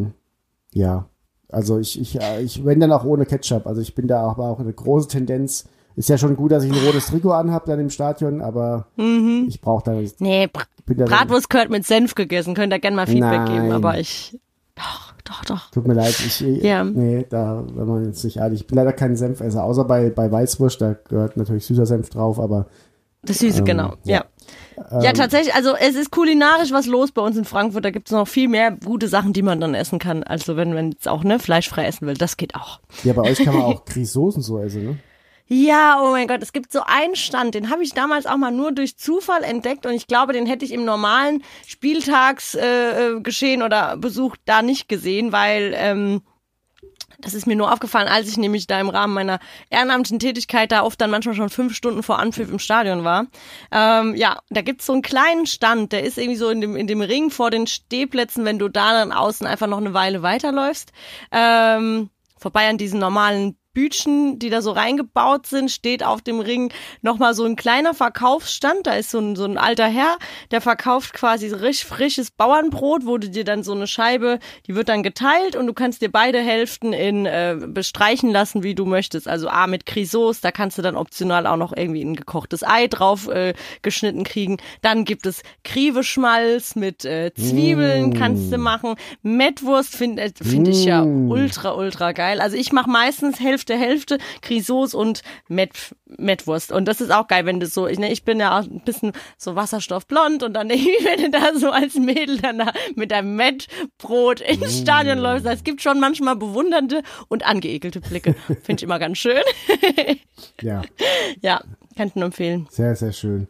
also ich wenn dann auch ohne Ketchup, also ich bin da aber auch eine große Tendenz. Ist ja schon gut, dass ich ein rotes Trikot anhabe dann im Stadion, aber ich brauche da nicht. Nee, Bratwurst gehört mit Senf gegessen, könnt ihr gerne mal Feedback geben, aber Doch. Tut mir leid, wenn man jetzt nicht ich bin leider kein Senfesser, außer bei Weißwurst, da gehört natürlich süßer Senf drauf, aber das Süße, genau, ja. Ja, tatsächlich, also es ist kulinarisch was los bei uns in Frankfurt, da gibt es noch viel mehr gute Sachen, die man dann essen kann, also wenn man jetzt auch fleischfrei essen will, das geht auch. Ja, bei euch kann man auch Grießsoßen so essen, ne? Ja, oh mein Gott, es gibt so einen Stand, den habe ich damals auch mal nur durch Zufall entdeckt und ich glaube, den hätte ich im normalen Spieltagsgeschehen oder Besuch da nicht gesehen, weil das ist mir nur aufgefallen, als ich nämlich da im Rahmen meiner ehrenamtlichen Tätigkeit da oft dann manchmal schon 5 Stunden vor Anpfiff im Stadion war. Da gibt's so einen kleinen Stand, der ist irgendwie so in dem Ring vor den Stehplätzen, wenn du da dann außen einfach noch eine Weile weiterläufst. Vorbei an diesen normalen Bütchen, die da so reingebaut sind, steht auf dem Ring nochmal so ein kleiner Verkaufsstand. Da ist so ein alter Herr, der verkauft quasi richtig frisches Bauernbrot, wo du dir dann so eine Scheibe, die wird dann geteilt und du kannst dir beide Hälften bestreichen lassen, wie du möchtest. Also mit Grisauce, da kannst du dann optional auch noch irgendwie ein gekochtes Ei drauf geschnitten kriegen. Dann gibt es Krieveschmalz mit Zwiebeln kannst du machen. Mettwurst finde ich ja ultra, ultra geil. Also ich mache meistens Hälfte, Grisauce und Mettwurst. Und das ist auch geil, wenn du so, ich bin ja auch ein bisschen so wasserstoffblond und dann wenn du da so als Mädel dann da mit deinem Mettbrot ins Stadion läufst. Es gibt schon manchmal bewundernde und angeekelte Blicke. Finde ich immer ganz schön. Ja. Ja, kann ich nur empfehlen. Sehr, sehr schön.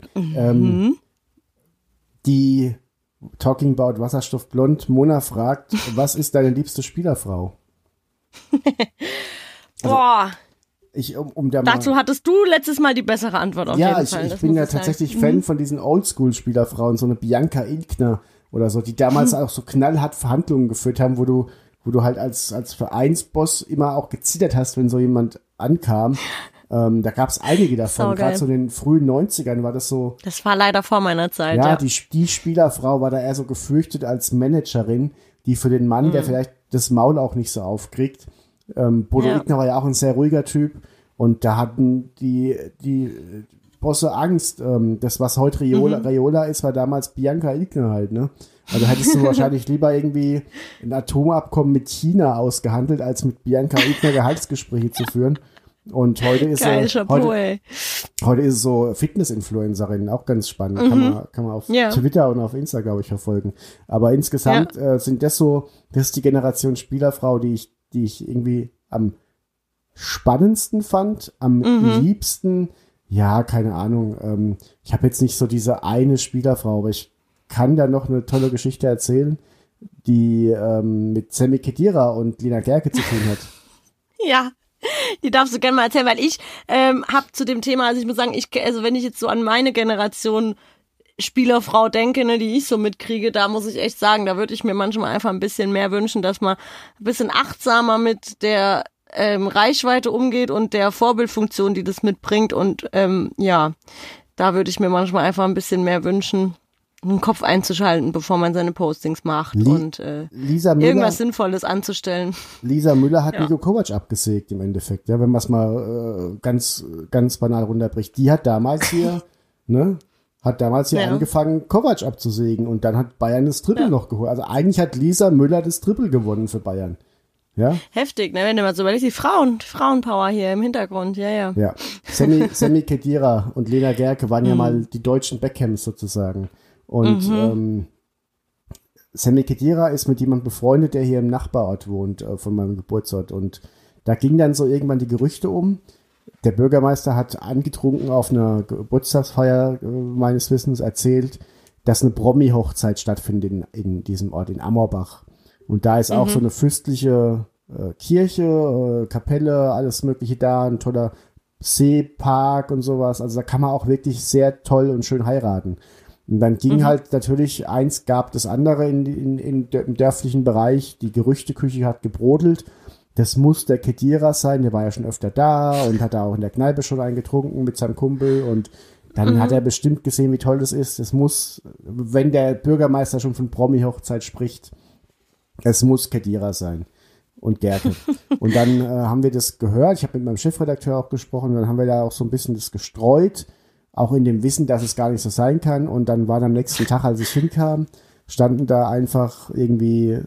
Die Talking about Wasserstoffblond, Mona fragt, was ist deine liebste Spielerfrau? Boah. Dazu hattest du letztes Mal die bessere Antwort auf jeden Fall. Ja, ich bin ja tatsächlich Fan von diesen Oldschool-Spielerfrauen, so eine Bianca Ilkner oder so, die damals auch so knallhart Verhandlungen geführt haben, wo du halt als Vereinsboss immer auch gezittert hast, wenn so jemand ankam. Da gab es einige davon, gerade so in den frühen 90ern war das so. Das war leider vor meiner Zeit, ja. Die Spielerfrau war da eher so gefürchtet als Managerin, die für den Mann, der vielleicht das Maul auch nicht so aufkriegt. Bodo Illgner war ja auch ein sehr ruhiger Typ und da hatten die Bosse Angst. Das, was heute Raiola ist, war damals Bianca Illgner halt, ne? Also hättest du wahrscheinlich lieber irgendwie ein Atomabkommen mit China ausgehandelt, als mit Bianca Illgner Gehaltsgespräche zu führen. Und heute ist heute ist so Fitness-Influencerin, auch ganz spannend. Kann man auf Twitter und auf Insta, glaube ich, verfolgen. Aber insgesamt sind das ist die Generation Spielerfrau, die ich irgendwie am spannendsten fand, am liebsten, ja, keine Ahnung. Ich habe jetzt nicht so diese eine Spielerfrau, aber ich kann da noch eine tolle Geschichte erzählen, die mit Sammy Khedira und Lena Gerke zu tun hat. Ja. Die darfst du gerne mal erzählen, weil ich habe zu dem Thema, also ich muss sagen, also wenn ich jetzt so an meine Generation Spielerfrau denke, ne, die ich so mitkriege, da muss ich echt sagen, da würde ich mir manchmal einfach ein bisschen mehr wünschen, dass man ein bisschen achtsamer mit der Reichweite umgeht und der Vorbildfunktion, die das mitbringt und da würde ich mir manchmal einfach ein bisschen mehr wünschen, den Kopf einzuschalten, bevor man seine Postings macht und irgendwas Sinnvolles anzustellen. Lisa Müller hat Niko Kovac abgesägt im Endeffekt, ja, wenn man es mal ganz, ganz banal runterbricht. Die hat damals hier, angefangen, Kovac abzusägen und dann hat Bayern das Triple noch geholt. Also eigentlich hat Lisa Müller das Triple gewonnen für Bayern. Ja? Heftig, ne, wenn du mal so überlegst, die Frauenpower hier im Hintergrund, ja. Ja, Sammy Khedira und Lena Gerke waren ja mal die deutschen Beckhams sozusagen. Und Sammy Khedira ist mit jemandem befreundet, der hier im Nachbarort wohnt, von meinem Geburtsort. Und da ging dann so irgendwann die Gerüchte um. Der Bürgermeister hat angetrunken auf einer Geburtstagsfeier meines Wissens erzählt, dass eine Promi-Hochzeit stattfindet in diesem Ort, in Ammerbach. Und da ist auch so eine fürstliche Kirche, Kapelle, alles Mögliche da, ein toller Seepark und sowas. Also da kann man auch wirklich sehr toll und schön heiraten. Und dann ging halt natürlich, eins gab das andere im dörflichen Bereich. Die Gerüchteküche hat gebrodelt. Das muss der Khedira sein, der war ja schon öfter da und hat da auch in der Kneipe schon eingetrunken mit seinem Kumpel. Und dann hat er bestimmt gesehen, wie toll das ist. Es muss, wenn der Bürgermeister schon von Promi-Hochzeit spricht, es muss Khedira sein und Gerke. Und dann haben wir das gehört. Ich habe mit meinem Chefredakteur auch gesprochen. Dann haben wir da auch so ein bisschen das gestreut. Auch in dem Wissen, dass es gar nicht so sein kann. Und dann war am nächsten Tag, als ich hinkam, standen da einfach irgendwie,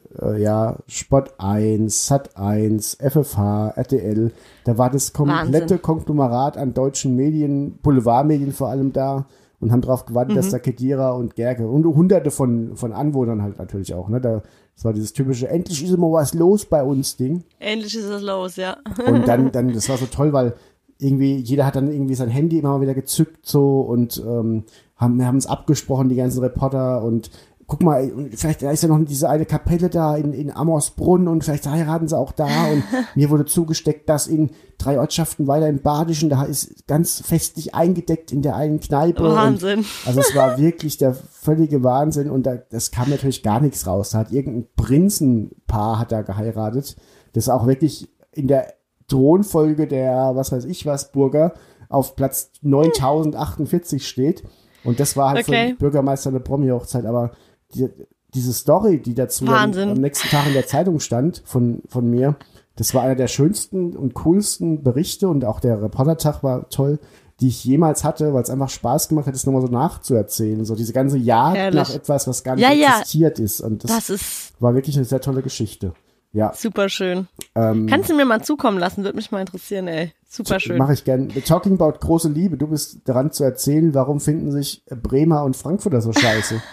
Sport 1, Sat 1, FFH, RTL. Da war das komplette Konglomerat an deutschen Medien, Boulevardmedien vor allem da und haben darauf gewartet, dass da Khedira und Gerke und hunderte von Anwohnern halt natürlich auch, ne? Das war dieses typische, endlich ist immer was los bei uns Ding. Endlich ist es los, ja. Und dann, das war so toll, weil irgendwie, jeder hat dann irgendwie sein Handy immer mal wieder gezückt so und wir haben uns abgesprochen, die ganzen Reporter und guck mal, vielleicht ist ja noch diese eine Kapelle da in Amorsbrunn und vielleicht heiraten sie auch da und mir wurde zugesteckt, dass in 3 Ortschaften weiter im Badischen, da ist ganz festlich eingedeckt in der einen Kneipe. Wahnsinn. Und, also es war wirklich der völlige Wahnsinn und das kam natürlich gar nichts raus. Da hat irgendein Prinzenpaar hat da geheiratet, das auch wirklich in der Thronfolge der, was weiß ich was, Burger auf Platz 9048 steht. Und das war halt für den Bürgermeister eine Promi-Hochzeit. Aber diese Story, die dazu am nächsten Tag in der Zeitung stand von mir, das war einer der schönsten und coolsten Berichte und auch der Reportertag war toll, die ich jemals hatte, weil es einfach Spaß gemacht hat, das nochmal so nachzuerzählen. So diese ganze Jagd nach etwas, was gar nicht existiert ist. Und das war wirklich eine sehr tolle Geschichte. Ja. Super schön. Kannst du mir mal zukommen lassen? Würde mich mal interessieren, ey. Super schön. Mache ich gern. Talking about große Liebe. Du bist dran zu erzählen, warum finden sich Bremer und Frankfurter so scheiße?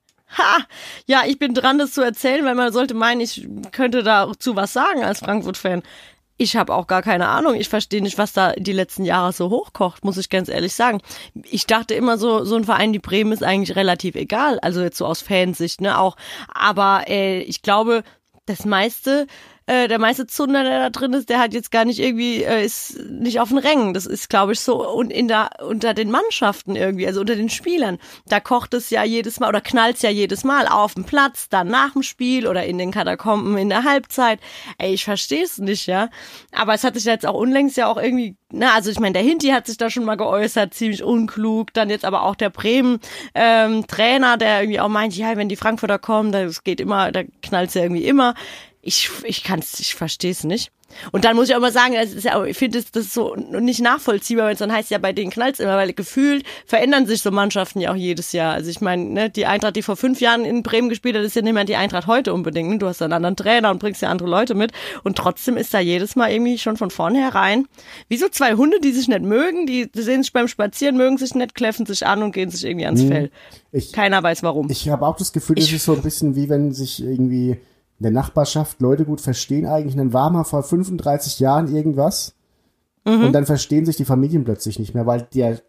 Ja, ich bin dran, das zu erzählen, weil man sollte meinen, ich könnte dazu was sagen als Frankfurt-Fan. Ich habe auch gar keine Ahnung. Ich verstehe nicht, was da die letzten Jahre so hochkocht, muss ich ganz ehrlich sagen. Ich dachte immer so ein Verein wie Bremen ist eigentlich relativ egal. Also jetzt so aus Fansicht, ne, auch. Aber ich glaube, der meiste Zunder, der da drin ist, der hat jetzt gar nicht irgendwie, ist nicht auf den Rängen. Das ist, glaube ich, so und unter den Mannschaften irgendwie, also unter den Spielern. Da kocht es ja jedes Mal oder knallt es ja jedes Mal auf dem Platz, dann nach dem Spiel oder in den Katakomben in der Halbzeit. Ey, ich verstehe es nicht, ja. Aber es hat sich jetzt auch unlängst ja auch irgendwie, also ich meine, der Hinti hat sich da schon mal geäußert, ziemlich unklug. Dann jetzt aber auch der Bremen-Trainer, der irgendwie auch meint, ja, wenn die Frankfurter kommen, das geht immer, da knallt es ja irgendwie immer. Ich verstehe es nicht. Und dann muss ich auch mal sagen, ich finde das so nicht nachvollziehbar, wenn es dann heißt, ja, bei denen knallt's immer, weil gefühlt verändern sich so Mannschaften ja auch jedes Jahr. Also ich meine, ne, die Eintracht, die vor 5 Jahren in Bremen gespielt hat, ist ja nicht mehr die Eintracht heute unbedingt. Ne? Du hast einen anderen Trainer und bringst ja andere Leute mit. Und trotzdem ist da jedes Mal irgendwie schon von vornherein wie so 2 Hunde, die sich nicht mögen, die sehen sich beim Spazieren, mögen sich nicht, kläffen sich an und gehen sich irgendwie ans Fell. Keiner weiß warum. Ich habe auch das Gefühl, das ist so ein bisschen wie wenn sich irgendwie in der Nachbarschaft Leute gut verstehen eigentlich. Und dann war mal vor 35 Jahren irgendwas und dann verstehen sich die Familien plötzlich nicht mehr, weil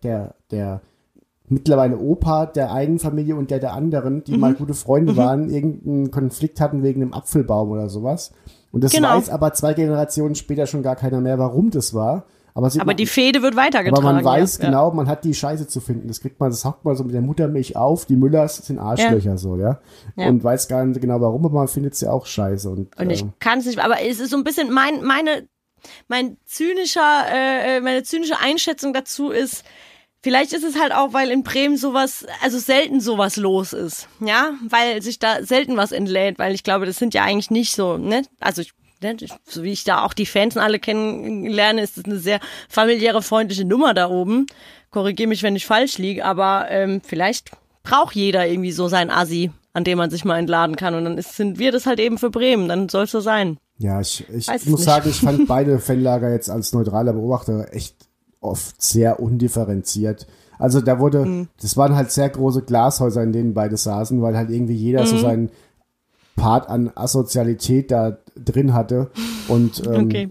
der mittlerweile Opa der einen Familie und der anderen, die mal gute Freunde waren, irgendeinen Konflikt hatten wegen einem Apfelbaum oder sowas. Und das weiß aber 2 Generationen später schon gar keiner mehr, warum das war. Aber die Fehde wird weitergetragen. Aber man weiß genau, man hat die Scheiße zu finden. Das hockt man so mit der Muttermilch auf. Die Müllers sind Arschlöcher so, ja. Und weiß gar nicht genau warum, aber man findet sie auch scheiße. Und ich kann es nicht, aber es ist so ein bisschen meine zynische Einschätzung dazu ist, vielleicht ist es halt auch, weil in Bremen selten sowas los ist, ja, weil sich da selten was entlädt, weil ich glaube, das sind ja eigentlich nicht so, ne, also so wie ich da auch die Fans alle kennenlerne, ist es eine sehr familiäre, freundliche Nummer da oben. Korrigiere mich, wenn ich falsch liege, aber vielleicht braucht jeder irgendwie so sein Assi, an dem man sich mal entladen kann und dann sind wir das halt eben für Bremen, dann soll es so sein. Ja, ich muss sagen, ich fand beide Fanlager jetzt als neutraler Beobachter echt oft sehr undifferenziert. Also da das waren halt sehr große Glashäuser, in denen beide saßen, weil halt irgendwie jeder so seinen Part an Asozialität da drin hatte. Und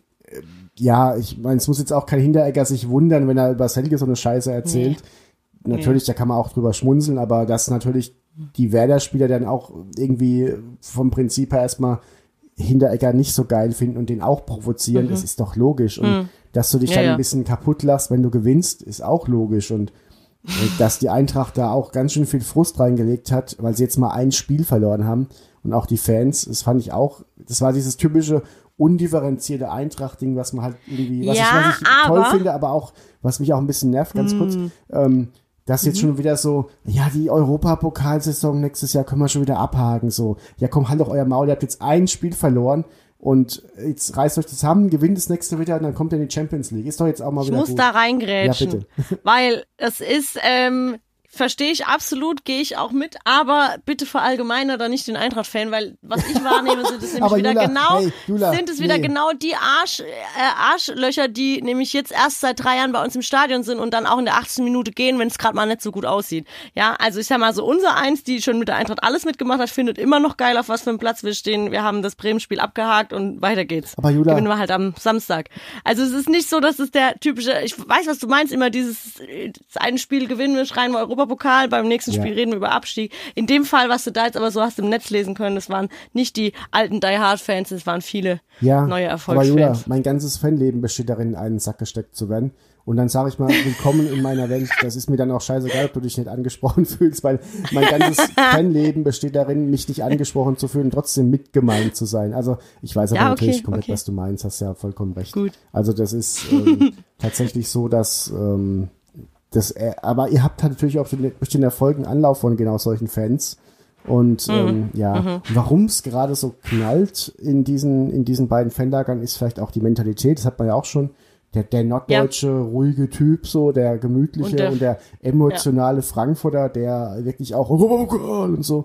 ja, ich meine, es muss jetzt auch kein Hinteregger sich wundern, wenn er über Selke so eine Scheiße erzählt. Nee. Natürlich, da kann man auch drüber schmunzeln, aber dass natürlich die Werder-Spieler dann auch irgendwie vom Prinzip her erstmal Hinteregger nicht so geil finden und den auch provozieren, das ist doch logisch. Und dass du dich dann ein bisschen kaputt lachst, wenn du gewinnst, ist auch logisch. Und dass die Eintracht da auch ganz schön viel Frust reingelegt hat, weil sie jetzt mal ein Spiel verloren haben. Und auch die Fans, das fand ich auch, das war dieses typische undifferenzierte Eintracht-Ding, was man halt irgendwie, was ich toll finde, aber auch, was mich auch ein bisschen nervt, ganz kurz, dass jetzt schon wieder so, ja, die Europapokalsaison nächstes Jahr können wir schon wieder abhaken, so, ja komm, halt doch euer Maul, ihr habt jetzt ein Spiel verloren und jetzt reißt euch zusammen, gewinnt das nächste wieder und dann kommt ihr in die Champions League. Ist doch jetzt auch mal wieder gut. Ich muss da reingrätschen, ja, bitte. Weil es ist, verstehe ich absolut, gehe ich auch mit, aber bitte verallgemeiner da nicht den Eintracht-Fan, weil was ich wahrnehme, sind es nämlich wieder genau die Arschlöcher, die nämlich jetzt erst seit 3 Jahren bei uns im Stadion sind und dann auch in der 18. Minute gehen, wenn es gerade mal nicht so gut aussieht. Ja, also ich sag mal so, unser Eins, die schon mit der Eintracht alles mitgemacht hat, findet immer noch geil, auf was für einem Platz wir stehen. Wir haben das Bremen-Spiel abgehakt und weiter geht's. Aber Jula, gewinnen wir halt am Samstag. Also es ist nicht so, dass es der typische, ich weiß, was du meinst, immer das eine Spiel gewinnen wir, schreien wir Europapokal, beim nächsten Spiel reden wir über Abstieg. In dem Fall, was du da jetzt aber so hast im Netz lesen können, das waren nicht die alten Die Hard-Fans, das waren viele neue Erfolgsfans. Aber Jula, mein ganzes Fanleben besteht darin, in einen Sack gesteckt zu werden. und dann sage ich mal, willkommen in meiner Welt. Das ist mir dann auch scheißegal, ob du dich nicht angesprochen fühlst, weil mein ganzes Fanleben besteht darin, mich nicht angesprochen zu fühlen, trotzdem mitgemeint zu sein. Also ich weiß aber natürlich komplett, was du meinst, hast ja vollkommen recht. Gut. Also das ist tatsächlich so, dass aber ihr habt halt natürlich auch durch den Erfolg einen Anlauf von genau solchen Fans. Und warum es gerade so knallt in diesen beiden Fanlagern, ist vielleicht auch die Mentalität. Das hat man ja auch schon. Der norddeutsche, ruhige Typ, so der gemütliche und der emotionale Frankfurter, der wirklich auch und so.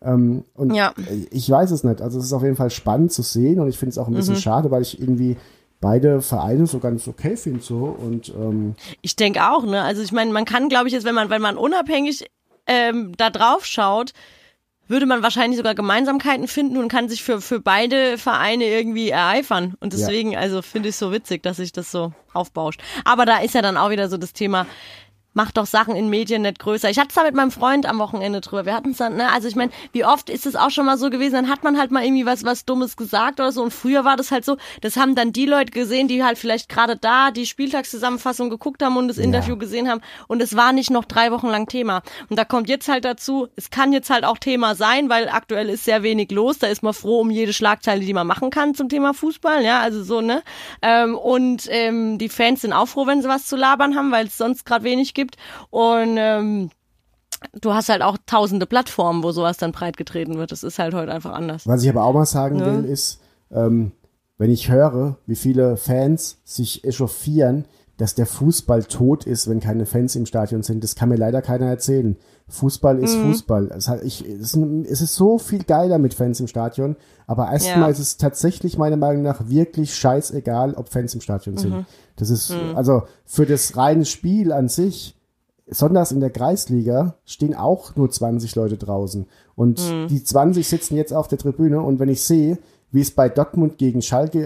Ich weiß es nicht. Also es ist auf jeden Fall spannend zu sehen und ich finde es auch ein bisschen schade, weil ich irgendwie beide Vereine so ganz okay finde so und ich denke auch, ne? Also ich meine, man kann, glaube ich, jetzt, wenn man unabhängig da drauf schaut, würde man wahrscheinlich sogar Gemeinsamkeiten finden und kann sich für beide Vereine irgendwie ereifern. Und deswegen, also finde ich es so witzig, dass sich das so aufbauscht. Aber da ist ja dann auch wieder so das Thema, mach doch Sachen in Medien nicht größer. Ich hatte es da mit meinem Freund am Wochenende drüber. Wir hatten es dann, also ich meine, wie oft ist es auch schon mal so gewesen, dann hat man halt mal irgendwie was Dummes gesagt oder so. Und früher war das halt so, das haben dann die Leute gesehen, die halt vielleicht gerade da die Spieltagszusammenfassung geguckt haben und das Interview gesehen haben. Und es war nicht noch 3 Wochen lang Thema. Und da kommt jetzt halt dazu, es kann jetzt halt auch Thema sein, weil aktuell ist sehr wenig los. Da ist man froh um jede Schlagzeile, die man machen kann zum Thema Fußball. Ja, also so, ne? Die Fans sind auch froh, wenn sie was zu labern haben, weil es sonst gerade wenig gibt. Und du hast halt auch tausende Plattformen, wo sowas dann breitgetreten wird. Das ist halt heute einfach anders. Was ich aber auch mal sagen will, ist, wenn ich höre, wie viele Fans sich echauffieren, dass der Fußball tot ist, wenn keine Fans im Stadion sind, das kann mir leider keiner erzählen. Fußball ist Fußball. Es ist so viel geiler mit Fans im Stadion, aber erstmal ist es tatsächlich meiner Meinung nach wirklich scheißegal, ob Fans im Stadion sind. Das ist, also für das reine Spiel an sich, besonders in der Kreisliga, stehen auch nur 20 Leute draußen. Und die 20 sitzen jetzt auf der Tribüne und wenn ich sehe, wie es bei Dortmund gegen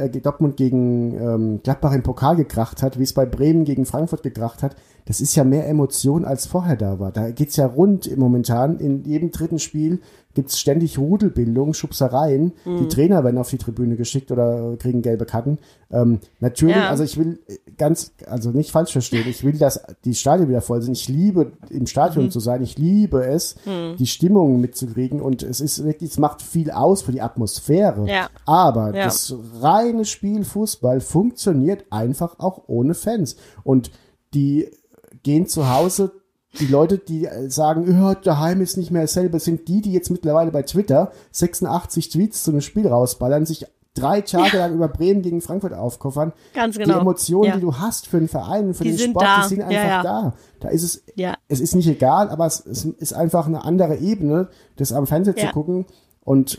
Gladbach im Pokal gekracht hat, wie es bei Bremen gegen Frankfurt gekracht hat, das ist ja mehr Emotion, als vorher da war. Da geht's ja rund momentan. In jedem dritten Spiel gibt's ständig Rudelbildung, Schubsereien. Die Trainer werden auf die Tribüne geschickt oder kriegen gelbe Karten. Natürlich, also ich will nicht falsch verstehen, ich will, dass die Stadien wieder voll sind. Ich liebe, im Stadion zu sein. Ich liebe es, die Stimmung mitzukriegen. Und es ist wirklich, es macht viel aus für die Atmosphäre. Ja. Aber das reine Spiel Fußball funktioniert einfach auch ohne Fans. Und die gehen zu Hause, die Leute, die sagen, daheim ist nicht mehr dasselbe, sind die jetzt mittlerweile bei Twitter 86 Tweets zu einem Spiel rausballern, sich 3 Tage lang über Bremen gegen Frankfurt aufkoffern. Ganz genau. Die Emotionen, die du hast für den Verein, für den Sport, die sind einfach da. Da ist es, es ist nicht egal, aber es ist einfach eine andere Ebene, das am Fernsehen zu gucken und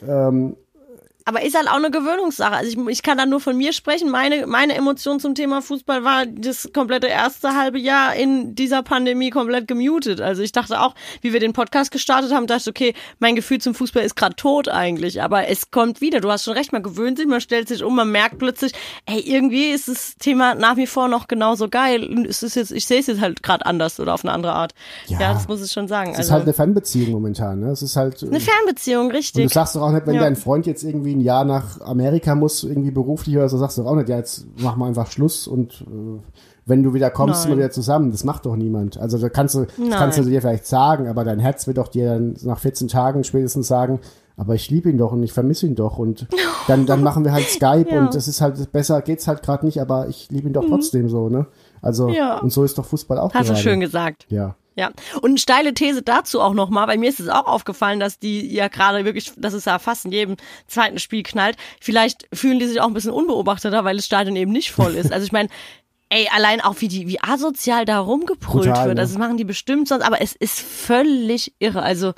aber ist halt auch eine Gewöhnungssache. Also ich kann da nur von mir sprechen. Meine Emotion zum Thema Fußball war das komplette erste halbe Jahr in dieser Pandemie komplett gemutet. Also ich dachte auch, wie wir den Podcast gestartet haben, dachte ich, okay, mein Gefühl zum Fußball ist gerade tot eigentlich. Aber es kommt wieder. Du hast schon recht, man gewöhnt sich, man stellt sich um, man merkt plötzlich, irgendwie ist das Thema nach wie vor noch genauso geil. Es ist jetzt, ich sehe es jetzt halt gerade anders oder auf eine andere Art. Ja, das muss ich schon sagen. Es ist halt eine Fernbeziehung momentan. Ne? Es ist halt eine Fernbeziehung, richtig. Und du sagst doch auch nicht, wenn dein Freund jetzt irgendwie ein Jahr nach Amerika muss, irgendwie beruflich oder so, sagst du auch nicht, jetzt machen wir einfach Schluss und wenn du wieder kommst, sind wir wieder zusammen. Das macht doch niemand. Also das kannst du dir vielleicht sagen, aber dein Herz wird doch dir dann nach 14 Tagen spätestens sagen, aber ich liebe ihn doch und ich vermisse ihn doch und dann machen wir halt Skype und das ist halt, besser geht's halt gerade nicht, aber ich liebe ihn doch trotzdem so, ne? Also, und so ist doch Fußball auch gerade. Hast du schön gesagt. Ja. Ja, und eine steile These dazu auch nochmal, bei mir ist es auch aufgefallen, dass die ja gerade wirklich, dass es ja fast in jedem zweiten Spiel knallt, vielleicht fühlen die sich auch ein bisschen unbeobachteter, weil das Stadion eben nicht voll ist. Also ich meine, allein auch wie asozial da rumgebrüllt wird, ne? Also das machen die bestimmt sonst, aber es ist völlig irre, also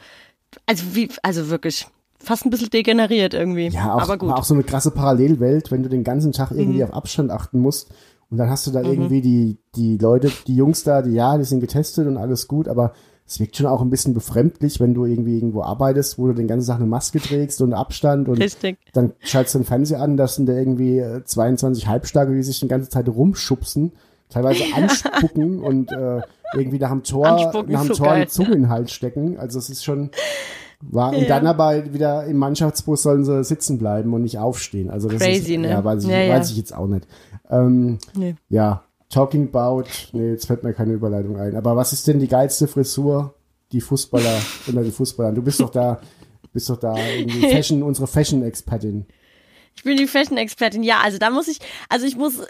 wirklich fast ein bisschen degeneriert irgendwie, ja, auch, aber gut. Auch so eine krasse Parallelwelt, wenn du den ganzen Tag irgendwie auf Abstand achten musst. Und dann hast du da irgendwie die Leute, die Jungs da, die sind getestet und alles gut, aber es wirkt schon auch ein bisschen befremdlich, wenn du irgendwie irgendwo arbeitest, wo du den ganzen Tag eine Maske trägst und Abstand und dann schaltest du den Fernseher an, dass sind da irgendwie 22 Halbstarke, die sich die ganze Zeit rumschubsen, teilweise anspucken und irgendwie nach dem Tor die Zunge in den Hals stecken. Also es ist schon und dann aber wieder im Mannschaftsbus sollen sie sitzen bleiben und nicht aufstehen. Also das crazy, ist, ne? Weiß ich jetzt auch nicht. Ja, Talking about, nee, jetzt fällt mir keine Überleitung ein. Aber was ist denn die geilste Frisur, die Fußballer unter den Fußballern? Du bist doch da irgendwie unsere Fashion-Expertin. Ich bin die Fashion-Expertin. Ja, also ich muss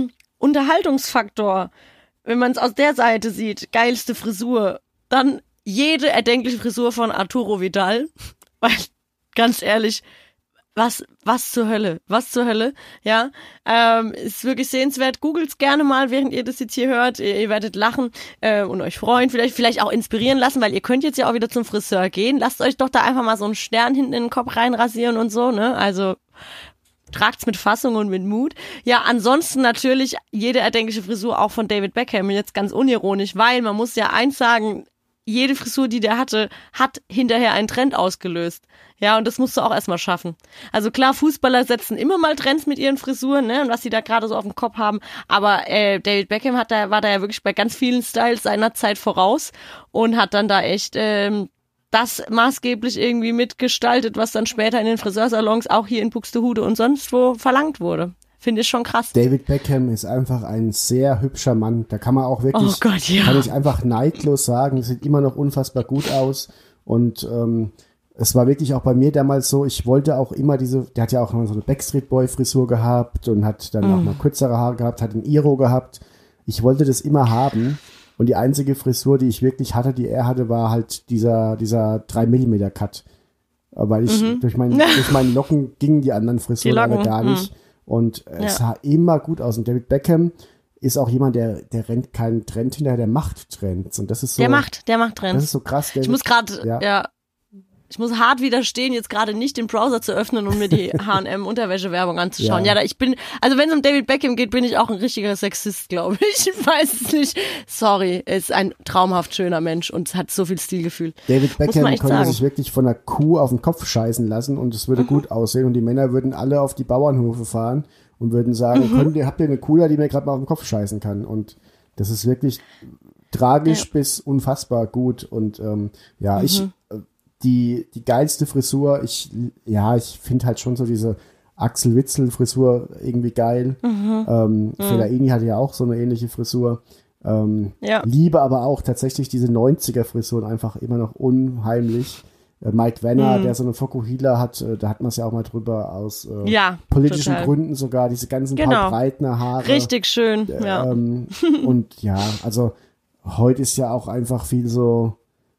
Unterhaltungsfaktor, wenn man es aus der Seite sieht, geilste Frisur, dann jede erdenkliche Frisur von Arturo Vidal, weil, ganz ehrlich, was zur Hölle, ja, ist wirklich sehenswert. Googelt's gerne mal, während ihr das jetzt hier hört, ihr werdet lachen und euch freuen, vielleicht auch inspirieren lassen, weil ihr könnt jetzt ja auch wieder zum Friseur gehen, lasst euch doch da einfach mal so einen Stern hinten in den Kopf reinrasieren und so, ne, also tragt's mit Fassung und mit Mut. Ja, ansonsten natürlich jede erdenkliche Frisur auch von David Beckham, jetzt ganz unironisch, weil man muss ja eins sagen, jede Frisur, die der hatte, hat hinterher einen Trend ausgelöst. Ja, und das musst du auch erstmal schaffen. Also klar, Fußballer setzen immer mal Trends mit ihren Frisuren, ne, und was sie da gerade so auf dem Kopf haben. Aber David Beckham war da ja wirklich bei ganz vielen Styles seiner Zeit voraus und hat dann da echt das maßgeblich irgendwie mitgestaltet, was dann später in den Friseursalons auch hier in Buxtehude und sonst wo verlangt wurde. Finde ich schon krass. David Beckham ist einfach ein sehr hübscher Mann. Da kann man auch wirklich, kann ich einfach neidlos sagen, sieht immer noch unfassbar gut aus. Und es war wirklich auch bei mir damals so, ich wollte auch immer der hat ja auch noch so eine Backstreet Boy Frisur gehabt und hat dann auch mal kürzere Haare gehabt, hat einen Iro gehabt. Ich wollte das immer haben. Und die einzige Frisur, die ich wirklich hatte, die er hatte, war halt dieser 3mm Cut. Weil ich durch meine Locken gingen die anderen Frisuren aber gar nicht. Und es sah immer gut aus. Und David Beckham ist auch jemand, der rennt keinen Trend hinterher, der macht Trends. Und das ist so. Der macht Trends. Das ist so krass. Ich muss gerade, ich muss hart widerstehen, jetzt gerade nicht den Browser zu öffnen und mir die H&M-Unterwäschewerbung anzuschauen. Ja, also wenn es um David Beckham geht, bin ich auch ein richtiger Sexist, glaube ich. Ich weiß es nicht. Sorry, er ist ein traumhaft schöner Mensch und hat so viel Stilgefühl. David Beckham könnte sich wirklich von einer Kuh auf den Kopf scheißen lassen und es würde gut aussehen und die Männer würden alle auf die Bauernhofe fahren und würden sagen, habt ihr eine Kuh da, die mir gerade mal auf den Kopf scheißen kann? Und das ist wirklich tragisch bis unfassbar gut und die geilste Frisur, ich finde halt schon so diese Axel Witsel Frisur irgendwie geil. Fellaini hatte ja auch so eine ähnliche Frisur. Liebe aber auch tatsächlich diese 90er Frisuren einfach immer noch unheimlich. Mike Wenner, der so eine Fokuhila hat, da hat man es ja auch mal drüber aus politischen Gründen sogar, diese ganzen Paul Breitner Haare. Richtig schön, und also heute ist ja auch einfach viel so,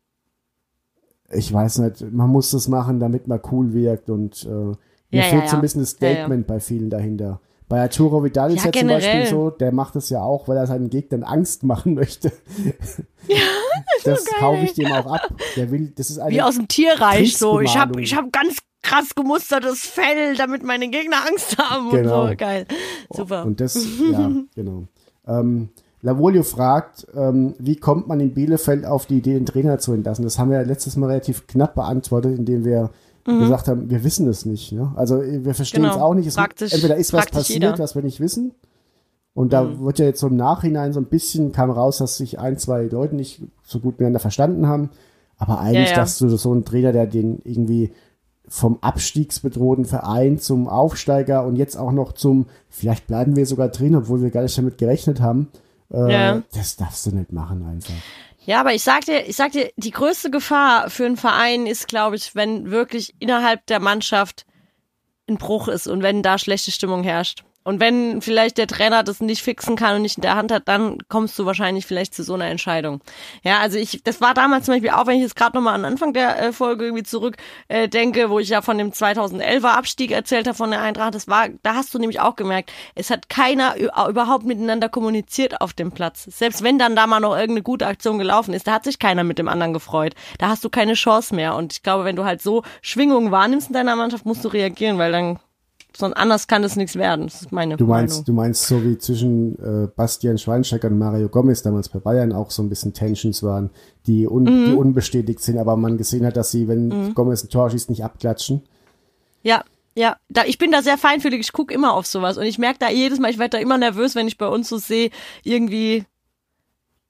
ich weiß nicht, man muss das machen, damit man cool wirkt und mir fehlt so ein bisschen das Statement bei vielen dahinter. Bei Arturo Vidal ist ja zum Beispiel so, der macht das ja auch, weil er seinen Gegnern Angst machen möchte. Ja, das kaufe ich dem auch ab. Der will, das ist wie aus dem Tierreich so. Ich hab ganz krass gemustertes Fell, damit meine Gegner Angst haben und so. Geil. Super. Und das, genau. Lavolio fragt, wie kommt man in Bielefeld auf die Idee, den Trainer zu entlassen? Das haben wir letztes Mal relativ knapp beantwortet, indem wir gesagt haben, wir wissen es nicht. Ne? Also wir verstehen es auch nicht. Entweder ist was passiert, was wir nicht wissen. Und da wird ja jetzt so im Nachhinein so ein bisschen, kam raus, dass sich 1, 2 Leute nicht so gut miteinander verstanden haben. Aber eigentlich, dass du so einen Trainer, der den irgendwie vom abstiegsbedrohten Verein zum Aufsteiger und jetzt auch noch vielleicht bleiben wir sogar drin, obwohl wir gar nicht damit gerechnet haben, das darfst du nicht machen einfach. Ja, aber ich sag dir, die größte Gefahr für einen Verein ist, glaube ich, wenn wirklich innerhalb der Mannschaft ein Bruch ist und wenn da schlechte Stimmung herrscht. Und wenn vielleicht der Trainer das nicht fixen kann und nicht in der Hand hat, dann kommst du wahrscheinlich vielleicht zu so einer Entscheidung. Ja, also das war damals zum Beispiel auch, wenn ich jetzt gerade nochmal an Anfang der Folge irgendwie zurück denke, wo ich ja von dem 2011er Abstieg erzählt habe von der Eintracht, da hast du nämlich auch gemerkt, es hat keiner überhaupt miteinander kommuniziert auf dem Platz. Selbst wenn dann da mal noch irgendeine gute Aktion gelaufen ist, da hat sich keiner mit dem anderen gefreut. Da hast du keine Chance mehr. Und ich glaube, wenn du halt so Schwingungen wahrnimmst in deiner Mannschaft, musst du reagieren, weil dann sondern anders kann das nichts werden. Das ist meine Meinung. Du meinst so wie zwischen Bastian Schweinsteiger und Mario Gomez damals bei Bayern auch so ein bisschen Tensions waren, die unbestätigt sind, aber man gesehen hat, dass sie, wenn Gomez ein Tor schießt, nicht abklatschen. Ja. Ich bin da sehr feinfühlig, ich gucke immer auf sowas und ich merke da jedes Mal, ich werde da immer nervös, wenn ich bei uns so sehe, irgendwie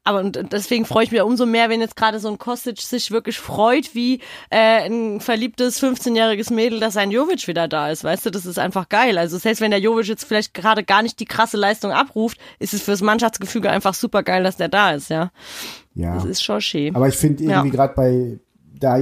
und deswegen freue ich mich umso mehr, wenn jetzt gerade so ein Kostic sich wirklich freut, wie ein verliebtes 15-jähriges Mädel, dass sein Jovic wieder da ist, weißt du, das ist einfach geil. Also selbst wenn der Jovic jetzt vielleicht gerade gar nicht die krasse Leistung abruft, ist es fürs Mannschaftsgefüge einfach super geil, dass der da ist, ja. Ja. Das ist schon schön. Aber ich finde irgendwie gerade da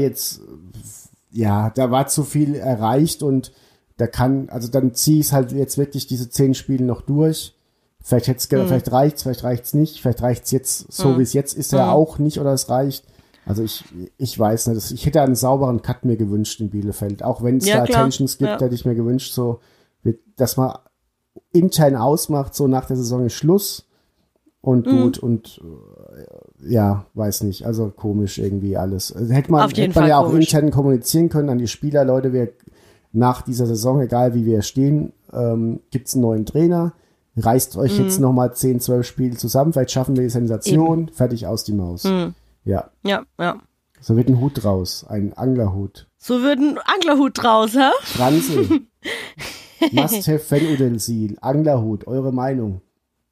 war zu viel erreicht und dann ziehe ich es halt jetzt wirklich diese 10 Spiele noch durch. Vielleicht vielleicht reicht's nicht, vielleicht reicht's jetzt so, wie es jetzt ist, ja auch nicht oder es reicht. Also ich weiß nicht, ich hätte einen sauberen Cut mir gewünscht in Bielefeld. Auch wenn es da Tensions gibt, hätte ich mir gewünscht, so, dass man intern ausmacht, so nach der Saison ist Schluss und gut und weiß nicht, also komisch irgendwie alles. Also hätte man ja auch intern kommunizieren können an die Spieler, Leute, wir nach dieser Saison, egal wie wir stehen, gibt's einen neuen Trainer. Reißt euch jetzt nochmal 10, 12 Spiele zusammen, vielleicht schaffen wir die Sensation, fertig aus die Maus. Ja. So wird ein Hut draus, ein Anglerhut. So wird ein Anglerhut draus, hä? Franzi. Must-have-Fan-Utensil, Anglerhut, eure Meinung?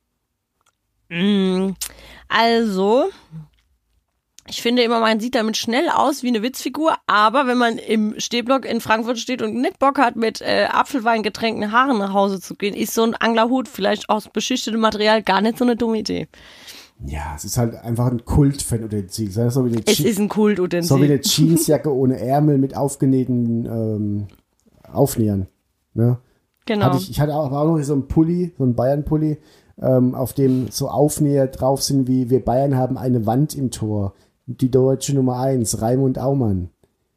Also, ich finde immer, man sieht damit schnell aus wie eine Witzfigur, aber wenn man im Stehblock in Frankfurt steht und nicht Bock hat, mit Apfelwein getränkten Haaren nach Hause zu gehen, ist so ein Anglerhut vielleicht aus beschichtetem Material gar nicht so eine dumme Idee. Ja, es ist halt einfach ein Kult-Fan-Utensil. So es ist ein Kult-Utensil. So wie eine Jeansjacke ohne Ärmel mit aufgenähten Aufnähern. Ne? Genau. Ich hatte auch noch so einen Pulli, so einen Bayern-Pulli, auf dem so Aufnäher drauf sind wie wir Bayern haben eine Wand im Tor. Die deutsche Nummer 1, Raimund Aumann.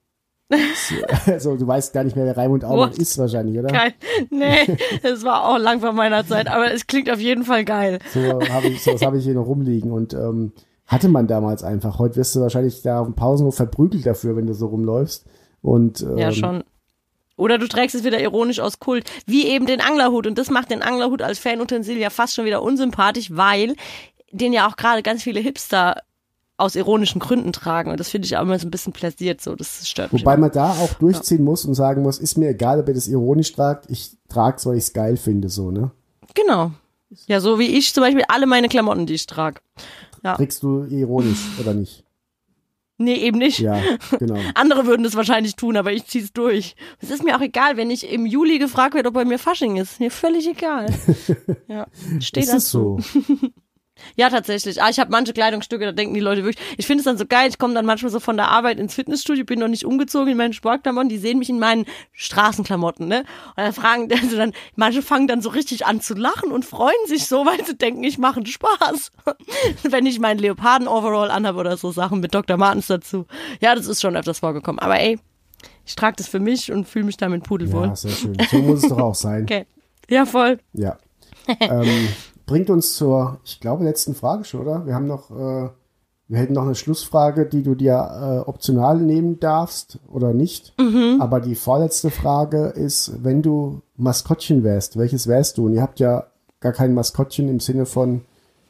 Also, du weißt gar nicht mehr, wer Raimund Aumann ist wahrscheinlich, oder? Geil. Nee, das war auch lang vor meiner Zeit, aber es klingt auf jeden Fall geil. Sowas habe ich hier noch rumliegen und hatte man damals einfach. Heute wirst du wahrscheinlich da auf dem Pausenhof verprügelt dafür, wenn du so rumläufst. Und, ja, schon. Oder du trägst es wieder ironisch aus Kult, wie eben den Anglerhut. Und das macht den Anglerhut als Fanutensil ja fast schon wieder unsympathisch, weil den ja auch gerade ganz viele Hipster aus ironischen Gründen tragen. Und das finde ich auch immer so ein bisschen pläsiert. So, das stört mich. Wobei man da auch durchziehen muss und sagen muss, ist mir egal, ob ihr das ironisch tragt, ich trage es, weil ich es geil finde, so, ne? Genau. Ja, so wie ich zum Beispiel alle meine Klamotten, die ich trage. Ja. Trägst du ironisch oder nicht? Nee, eben nicht. Ja, genau. Andere würden das wahrscheinlich tun, aber ich zieh's durch. Es ist mir auch egal, wenn ich im Juli gefragt werde, ob bei mir Fasching ist. Mir völlig egal. Ja, steht das so? Ja, tatsächlich. Ich habe manche Kleidungsstücke, da denken die Leute wirklich, ich finde es dann so geil, ich komme dann manchmal so von der Arbeit ins Fitnessstudio, bin noch nicht umgezogen in meinen Sportklamotten, die sehen mich in meinen Straßenklamotten, ne? Und dann manche fangen dann so richtig an zu lachen und freuen sich so, weil sie denken, ich mache einen Spaß. Wenn ich meinen Leoparden-Overall anhabe oder so Sachen mit Dr. Martens dazu. Ja, das ist schon öfters vorgekommen. Aber ey, ich trage das für mich und fühle mich damit pudelwohl. Ja, sehr schön. So muss es doch auch sein. Okay. Ja, voll. Ja. Bringt uns zur, ich glaube, letzten Frage schon, oder? Wir haben noch, wir hätten noch eine Schlussfrage, die du dir optional nehmen darfst oder nicht. Aber die vorletzte Frage ist, wenn du Maskottchen wärst, welches wärst du? Und ihr habt ja gar kein Maskottchen im Sinne von,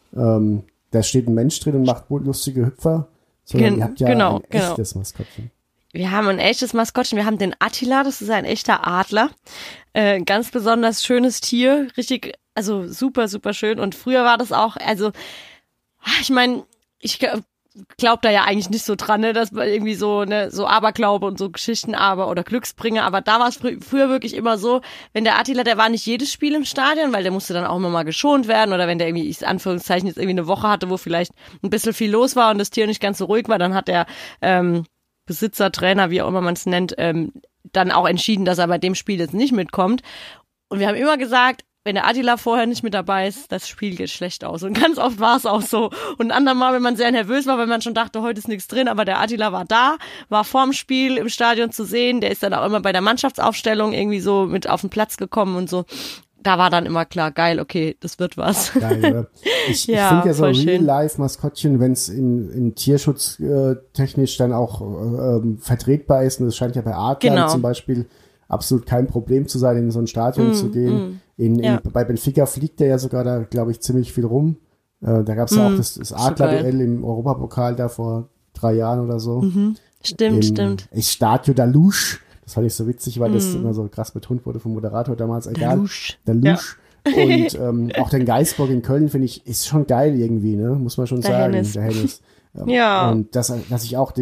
da steht ein Mensch drin und macht lustige Hüpfer, sondern ihr habt ja ein echtes Maskottchen. Wir haben ein echtes Maskottchen, wir haben den Attila, das ist ein echter Adler. Ganz besonders schönes Tier, richtig, also super, super schön. Und früher war das auch, also, ich meine, ich glaube da ja eigentlich nicht so dran, ne, dass man irgendwie so, ne, so Aberglaube und so Geschichten oder Glücksbringer, aber da war es früher wirklich immer so, wenn der Attila, der war nicht jedes Spiel im Stadion, weil der musste dann auch immer mal geschont werden oder wenn der irgendwie, in Anführungszeichen, jetzt irgendwie eine Woche hatte, wo vielleicht ein bisschen viel los war und das Tier nicht ganz so ruhig war, dann hat der Besitzer, Trainer, wie auch immer man es nennt, dann auch entschieden, dass er bei dem Spiel jetzt nicht mitkommt. Und wir haben immer gesagt, wenn der Attila vorher nicht mit dabei ist, das Spiel geht schlecht aus. Und ganz oft war es auch so. Und ein andermal, wenn man sehr nervös war, weil man schon dachte, heute ist nichts drin, aber der Attila war da, war vorm Spiel im Stadion zu sehen. Der ist dann auch immer bei der Mannschaftsaufstellung irgendwie so mit auf den Platz gekommen und so. Da war dann immer klar, geil, okay, das wird was. Geil, oder? Ich finde ja so Real-Life-Maskottchen, wenn es in Tierschutz technisch dann auch vertretbar ist, und das scheint ja bei Adlern zum Beispiel absolut kein Problem zu sein, in so ein Stadion zu gehen. Bei Benfica fliegt der ja sogar da, glaube ich, ziemlich viel rum. Da gab es ja auch das Adler-Duell im Europapokal da vor 3 Jahren oder so. Stimmt. Estadio da Luz. Das fand ich so witzig, weil das immer so krass betont wurde vom Moderator damals. Egal. Der Lusch. Und auch den Geisbock in Köln, finde ich, ist schon geil irgendwie, ne? Muss man schon sagen. Hennis. Der Hennis. Ja. Und dass ich auch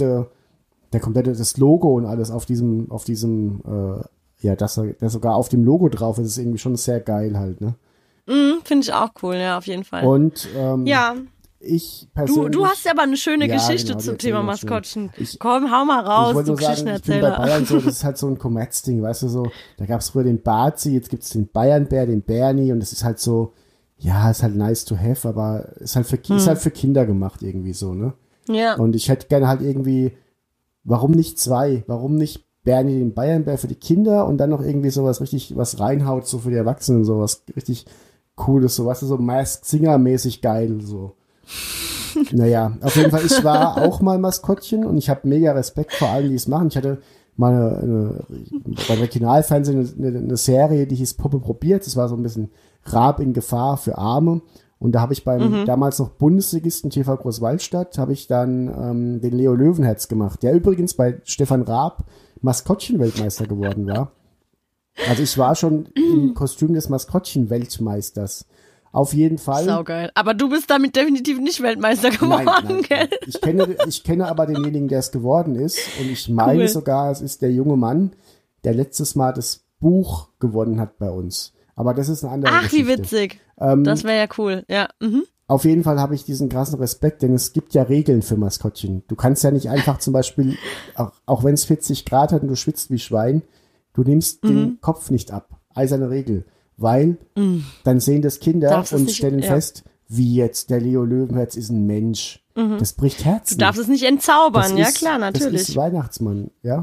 das Logo und alles auf diesem dass sogar auf dem Logo drauf ist irgendwie schon sehr geil halt, ne? Finde ich auch cool, ja, auf jeden Fall. Und ja. ich persönlich... Du hast ja aber eine schöne Ja, Geschichte genau, die zum erzähl Thema ich Maskottchen. schön. Komm, hau mal Ich raus, wollte du nur sagen, ich bin bei Geschichtenerzähler. Bayern so, das ist halt so ein Kommerzding, weißt du, so, da gab es früher den Bazi, jetzt gibt es den Bayernbär, den Bernie und das ist halt so, ja, ist halt nice to have, aber ist halt für Kinder gemacht irgendwie so, ne? Ja. Und ich hätte gerne halt irgendwie, warum nicht 2? Warum nicht Bernie den Bayernbär für die Kinder und dann noch irgendwie sowas richtig, was reinhaut, so für die Erwachsenen, sowas richtig Cooles, so, weißt du, so Masked Singer-mäßig geil, so. Naja, auf jeden Fall, ich war auch mal Maskottchen und ich habe mega Respekt vor allen, die es machen. Ich hatte mal beim Regionalfernsehen eine Serie, die hieß Puppe probiert. Das war so ein bisschen Raab in Gefahr für Arme. Und da habe ich beim damals noch Bundesligisten TV Großwaldstadt, habe ich dann den Leo Löwenherz gemacht, der übrigens bei Stefan Raab Maskottchen-Weltmeister geworden war. Also ich war schon im Kostüm des Maskottchen-Weltmeisters. Auf jeden Fall. Saugeil. Aber du bist damit definitiv nicht Weltmeister geworden, Nein. gell? Ich kenne aber denjenigen, der es geworden ist. Und ich meine sogar, es ist der junge Mann, der letztes Mal das Buch gewonnen hat bei uns. Aber das ist eine andere Ach, Geschichte. wie witzig. Das wäre ja cool, ja. Mhm. Auf jeden Fall habe ich diesen krassen Respekt, denn es gibt ja Regeln für Maskottchen. Du kannst ja nicht einfach zum Beispiel, auch wenn es 40 Grad hat und du schwitzt wie Schwein, du nimmst den Kopf nicht ab. Eiserne Regel. Weil dann sehen das Kinder und stellen fest, wie jetzt, der Leo Löwenherz ist ein Mensch. Das bricht Herzen. Du darfst es nicht entzaubern, ja klar, natürlich. Das ist Weihnachtsmann, ja.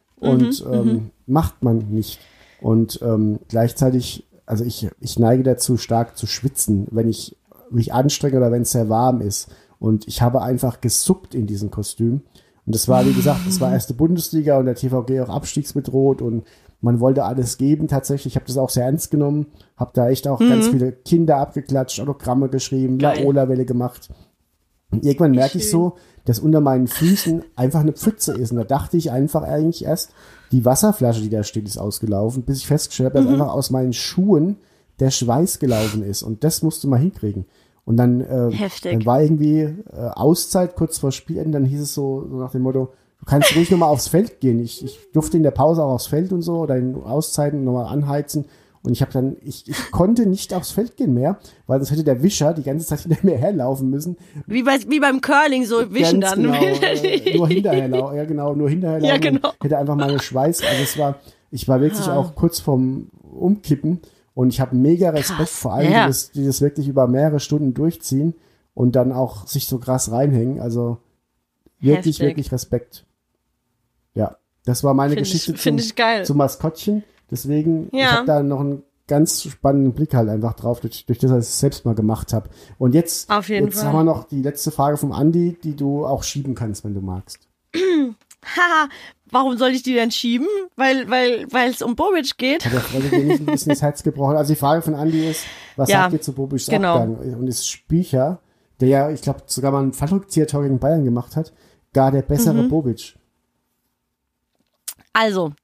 Und macht man nicht. Und gleichzeitig, also ich neige dazu, stark zu schwitzen, wenn ich mich anstrenge oder wenn es sehr warm ist. Und ich habe einfach gesuppt in diesem Kostüm. Und das war, wie gesagt, das war erste Bundesliga und der TVG auch abstiegsbedroht und man wollte alles geben tatsächlich. Ich habe das auch sehr ernst genommen, habe da echt auch ganz viele Kinder abgeklatscht, Autogramme geschrieben, Laola-Welle gemacht. Und irgendwann merke ich so, dass unter meinen Füßen einfach eine Pfütze ist. Und da dachte ich einfach eigentlich erst, die Wasserflasche, die da steht, ist ausgelaufen, bis ich festgestellt habe, dass einfach aus meinen Schuhen der Schweiß gelaufen ist. Und das musste man hinkriegen. Und dann war irgendwie Auszeit kurz vor Spielende, dann hieß es so nach dem Motto, du kannst ruhig nochmal aufs Feld gehen. Ich durfte in der Pause auch aufs Feld und so oder in Auszeiten nochmal anheizen. Und ich konnte nicht aufs Feld gehen mehr, weil sonst hätte der Wischer die ganze Zeit hinter mir herlaufen müssen. Wie beim Curling, so wischen Ganz dann. Genau, nur hinterher laufen. Ja, genau, nur hinterher laufen. Ja, genau. Hätte einfach meine Schweiß. Also ich war wirklich auch kurz vorm Umkippen. Und ich habe mega Respekt vor allen, die das wirklich über mehrere Stunden durchziehen und dann auch sich so krass reinhängen. Also wirklich, wirklich Respekt. Ja, das war meine Geschichte zum Maskottchen. Deswegen, ich habe da noch einen ganz spannenden Blick halt einfach drauf, durch das ich es selbst mal gemacht habe. Und jetzt haben wir noch die letzte Frage vom Andi, die du auch schieben kannst, wenn du magst. Haha, warum soll ich die denn schieben? Weil es um Bobic geht? Hat der Freund dir nicht ein bisschen das Herz gebrochen? Also die Frage von Andi ist, was sagt ihr zu Bobics Abgang? Und ist Spücher, der ja, ich glaube, sogar mal einen Fallrückzieher-Tor gegen Bayern gemacht hat, gar der bessere Bobic? Also,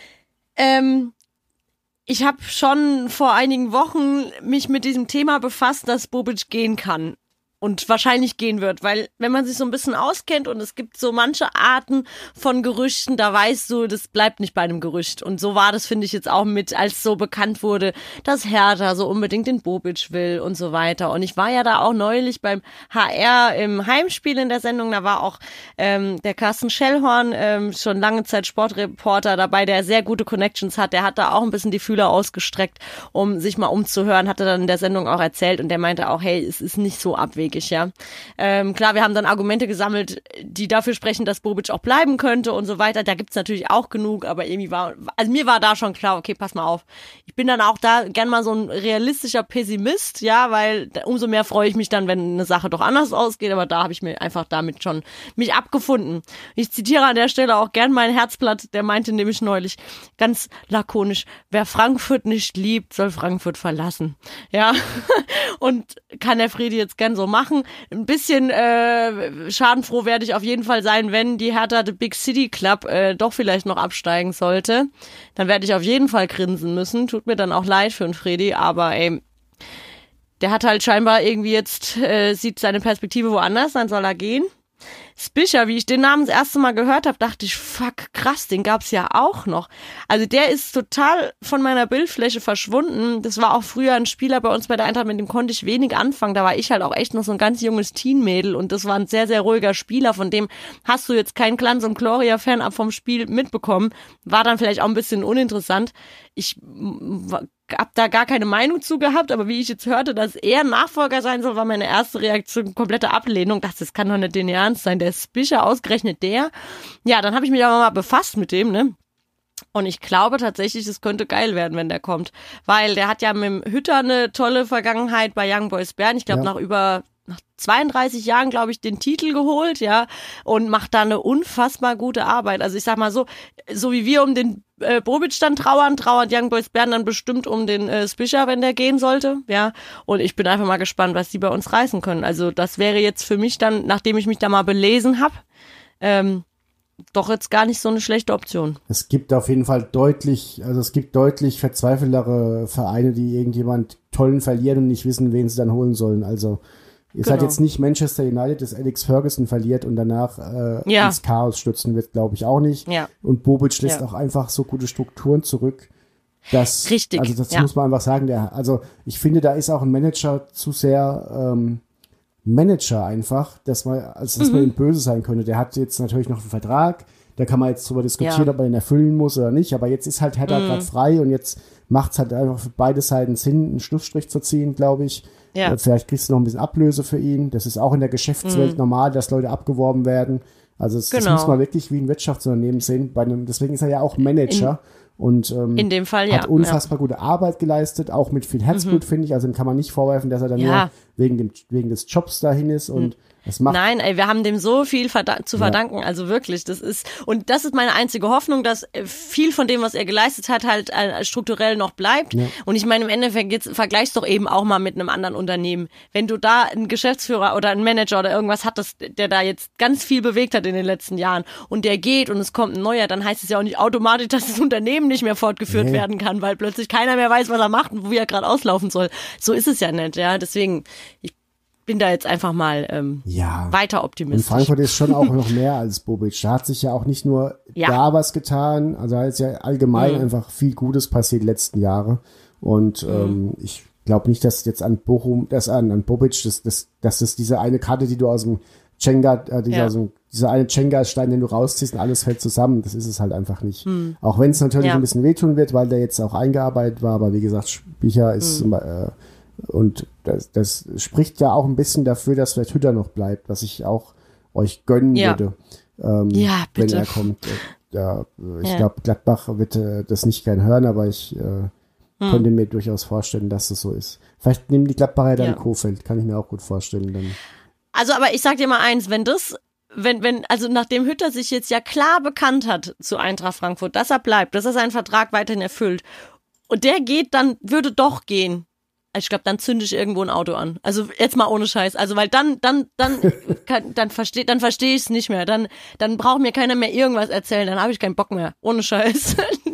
ich habe schon vor einigen Wochen mich mit diesem Thema befasst, dass Bobic gehen kann. Und wahrscheinlich gehen wird, weil wenn man sich so ein bisschen auskennt und es gibt so manche Arten von Gerüchten, da weißt du, das bleibt nicht bei einem Gerücht. Und so war das, finde ich, jetzt auch als so bekannt wurde, dass Hertha so unbedingt den Bobic will und so weiter. Und ich war ja da auch neulich beim HR im Heimspiel in der Sendung, da war auch der Carsten Schellhorn, schon lange Zeit Sportreporter dabei, der sehr gute Connections hat. Der hat da auch ein bisschen die Fühler ausgestreckt, um sich mal umzuhören, hat er dann in der Sendung auch erzählt und der meinte auch, hey, es ist nicht so abwegig. Ja. Klar, wir haben dann Argumente gesammelt, die dafür sprechen, dass Bobic auch bleiben könnte und so weiter. Da gibt's natürlich auch genug, aber irgendwie mir war da schon klar, okay, pass mal auf. Ich bin dann auch da gern mal so ein realistischer Pessimist, ja, weil umso mehr freue ich mich dann, wenn eine Sache doch anders ausgeht, aber da habe ich mir einfach damit schon mich abgefunden. Ich zitiere an der Stelle auch gern mein Herzblatt, der meinte nämlich neulich ganz lakonisch, wer Frankfurt nicht liebt, soll Frankfurt verlassen. Ja, und kann der Fredi jetzt gern so machen. machen. Ein bisschen schadenfroh werde ich auf jeden Fall sein, wenn die Hertha The Big City Club doch vielleicht noch absteigen sollte. Dann werde ich auf jeden Fall grinsen müssen. Tut mir dann auch leid für den Freddy, aber ey, der hat halt scheinbar irgendwie jetzt, sieht seine Perspektive woanders, dann soll er gehen. Spischer, wie ich den Namen das erste Mal gehört habe, dachte ich, fuck, krass, den gab's ja auch noch. Also der ist total von meiner Bildfläche verschwunden. Das war auch früher ein Spieler bei uns bei der Eintracht, mit dem konnte ich wenig anfangen. Da war ich halt auch echt noch so ein ganz junges Teenmädel und das war ein sehr, sehr ruhiger Spieler. Von dem hast du jetzt keinen Glanz- und Gloria-Fan ab vom Spiel mitbekommen. War dann vielleicht auch ein bisschen uninteressant. Ich hab da gar keine Meinung zu gehabt, aber wie ich jetzt hörte, dass er Nachfolger sein soll, war meine erste Reaktion komplette Ablehnung. Das kann doch nicht den Ernst sein. Der Spischer, ausgerechnet der. Ja, dann habe ich mich aber mal befasst mit dem, ne? Und ich glaube tatsächlich, es könnte geil werden, wenn der kommt. Weil der hat ja mit dem Hütter eine tolle Vergangenheit bei Young Boys Bern. Ich glaube, nach 32 Jahren, glaube ich, den Titel geholt, ja, und macht da eine unfassbar gute Arbeit. Also ich sag mal so wie wir um den Bobic dann trauert Young Boys Bern dann bestimmt um den Spischer, wenn der gehen sollte, ja. Und ich bin einfach mal gespannt, was die bei uns reißen können. Also das wäre jetzt für mich dann, nachdem ich mich da mal belesen habe, doch jetzt gar nicht so eine schlechte Option. Es gibt auf jeden Fall deutlich verzweifeltere Vereine, die irgendjemand tollen verlieren und nicht wissen, wen sie dann holen sollen. Also ihr seid jetzt nicht Manchester United, das Alex Ferguson verliert und danach ins Chaos stürzen wird, glaube ich auch nicht. Ja. Und Bobic lässt auch einfach so gute Strukturen zurück. Richtig. Also das muss man einfach sagen. Also ich finde, da ist auch ein Manager zu sehr Manager einfach, dass man ihm böse sein könnte. Der hat jetzt natürlich noch einen Vertrag, da kann man jetzt drüber diskutieren, ob man den erfüllen muss oder nicht, aber jetzt ist halt Hertha gerade frei und jetzt macht es halt einfach für beide Seiten Sinn, einen Schlussstrich zu ziehen, glaube ich. Ja. Vielleicht kriegst du noch ein bisschen Ablöse für ihn. Das ist auch in der Geschäftswelt normal, dass Leute abgeworben werden. Also das muss man wirklich wie ein Wirtschaftsunternehmen sehen. Deswegen ist er ja auch Manager. Und in dem Fall, hat unfassbar gute Arbeit geleistet, auch mit viel Herzblut, finde ich. Also dem kann man nicht vorwerfen, dass er dann nur wegen des Jobs dahin ist und das macht. Nein, ey, wir haben dem so viel zu verdanken, also wirklich, das ist meine einzige Hoffnung, dass viel von dem, was er geleistet hat, halt strukturell noch bleibt. Ja. Und ich meine, im Endeffekt, jetzt vergleichst doch eben auch mal mit einem anderen Unternehmen. Wenn du da einen Geschäftsführer oder einen Manager oder irgendwas hattest, der da jetzt ganz viel bewegt hat in den letzten Jahren und der geht und es kommt ein neuer, dann heißt es ja auch nicht automatisch, dass das Unternehmen nicht mehr fortgeführt werden kann, weil plötzlich keiner mehr weiß, was er macht und wo er gerade auslaufen soll. So ist es ja nicht, ja. Deswegen, ich bin da jetzt einfach mal weiter optimistisch. Und Frankfurt ist schon auch noch mehr als Bobic. Da hat sich ja auch nicht nur da was getan, also da ist ja allgemein einfach viel Gutes passiert die letzten Jahre. Und ich glaube nicht, dass jetzt an Bochum, an Bobic, das ist diese eine Karte, die du aus dem Jenga, dieser eine Jenga-Stein, den du rausziehst und alles fällt zusammen. Das ist es halt einfach nicht. Auch wenn es natürlich ein bisschen wehtun wird, weil der jetzt auch eingearbeitet war, aber wie gesagt, Spicher ist und das spricht ja auch ein bisschen dafür, dass vielleicht Hütter noch bleibt, was ich auch euch gönnen würde, wenn er kommt. Ich glaube, Gladbach wird das nicht gern hören, aber ich könnte mir durchaus vorstellen, dass das so ist. Vielleicht nehmen die Gladbacher dann Kofeld, kann ich mir auch gut vorstellen. Dann. Also, aber ich sag dir mal eins, also nachdem Hütter sich jetzt ja klar bekannt hat zu Eintracht Frankfurt, dass er bleibt, dass er seinen Vertrag weiterhin erfüllt und der geht, dann würde doch gehen. Ich glaube, dann zünde ich irgendwo ein Auto an. Also jetzt mal ohne Scheiß. Also weil dann verstehe ich es nicht mehr. Dann braucht mir keiner mehr irgendwas erzählen. Dann habe ich keinen Bock mehr. Ohne Scheiß.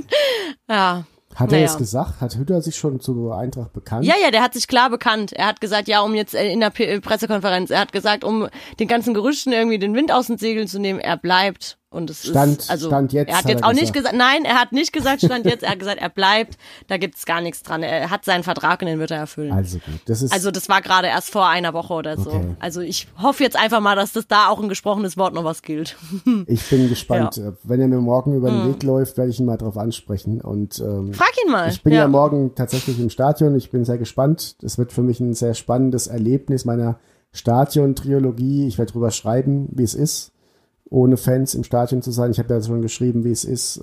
Ja. Hat er das gesagt? Hat Hütter sich schon zu Eintracht bekannt? Ja, der hat sich klar bekannt. Er hat gesagt, um jetzt in der Pressekonferenz, er hat gesagt, um den ganzen Gerüchten irgendwie den Wind aus den Segeln zu nehmen, er bleibt. Und es Stand jetzt. Er hat jetzt auch nicht gesagt, nein, er hat nicht gesagt, Stand jetzt, er hat gesagt, er bleibt. Da gibt's gar nichts dran. Er hat seinen Vertrag und den wird er erfüllen. Also gut. Das war gerade erst vor einer Woche oder so. Okay. Also ich hoffe jetzt einfach mal, dass das da auch ein gesprochenes Wort noch was gilt. Ich bin gespannt. Ja. Wenn er mir morgen über den Weg läuft, werde ich ihn mal drauf ansprechen. Und frag ihn mal. Ich bin ja morgen tatsächlich im Stadion. Ich bin sehr gespannt. Das wird für mich ein sehr spannendes Erlebnis meiner Stadion-Trilogie. Ich werde drüber schreiben, wie es ist, ohne Fans im Stadion zu sein. Ich habe ja schon geschrieben, wie es ist,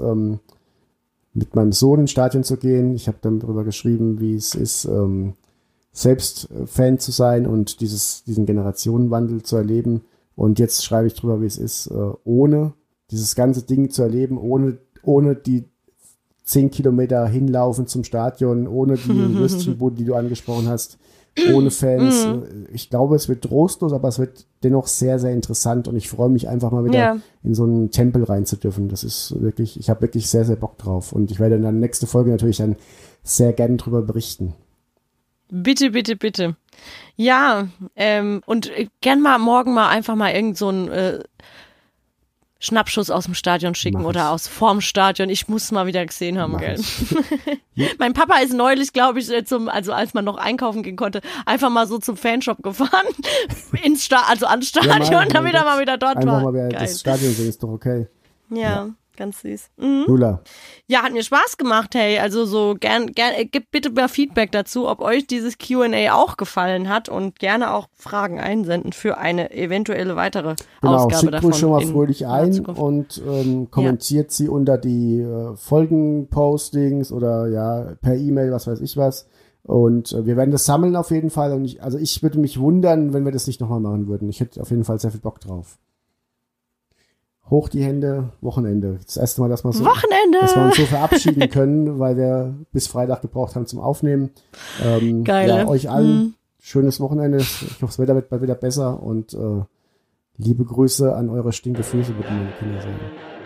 mit meinem Sohn ins Stadion zu gehen. Ich habe dann darüber geschrieben, wie es ist, selbst Fan zu sein und diesen Generationenwandel zu erleben. Und jetzt schreibe ich drüber, wie es ist, ohne dieses ganze Ding zu erleben, ohne die 10 Kilometer hinlaufen zum Stadion, ohne die Würstchenbude, die du angesprochen hast. ohne Fans. Ich glaube, es wird trostlos, aber es wird dennoch sehr, sehr interessant und ich freue mich einfach mal wieder in so einen Tempel rein zu dürfen. Das ist wirklich, ich habe wirklich sehr, sehr Bock drauf und ich werde dann nächste Folge natürlich dann sehr gerne drüber berichten. Bitte, bitte, bitte. Ja, und gern mal morgen mal einfach mal irgend so ein Schnappschuss aus dem Stadion schicken oder vorm Stadion. Ich muss mal wieder gesehen haben, gell? Mein Papa ist neulich, glaube ich, also als man noch einkaufen gehen konnte, einfach mal so zum Fanshop gefahren, ans Stadion, damit er mal wieder dort einfach war. Einfach mal wieder das Stadion sehen, ist doch okay. Ja. Ganz süß. Lula. Ja, hat mir Spaß gemacht, hey. Also so gern, gebt bitte mal Feedback dazu, ob euch dieses Q&A auch gefallen hat und gerne auch Fragen einsenden für eine eventuelle weitere Ausgabe davon. Schickt schon mal fröhlich ein und kommentiert sie unter die Folgenpostings oder per E-Mail, was weiß ich was. Und wir werden das sammeln auf jeden Fall. Und ich würde mich wundern, wenn wir das nicht nochmal machen würden. Ich hätte auf jeden Fall sehr viel Bock drauf. Hoch die Hände, Wochenende. Das erste Mal, dass wir uns so verabschieden können, weil wir bis Freitag gebraucht haben zum Aufnehmen. Geil. Ja, euch allen schönes Wochenende. Ich hoffe, das Wetter wird bald wieder besser und liebe Grüße an eure Stinkefüße, würde meine Kinder sagen.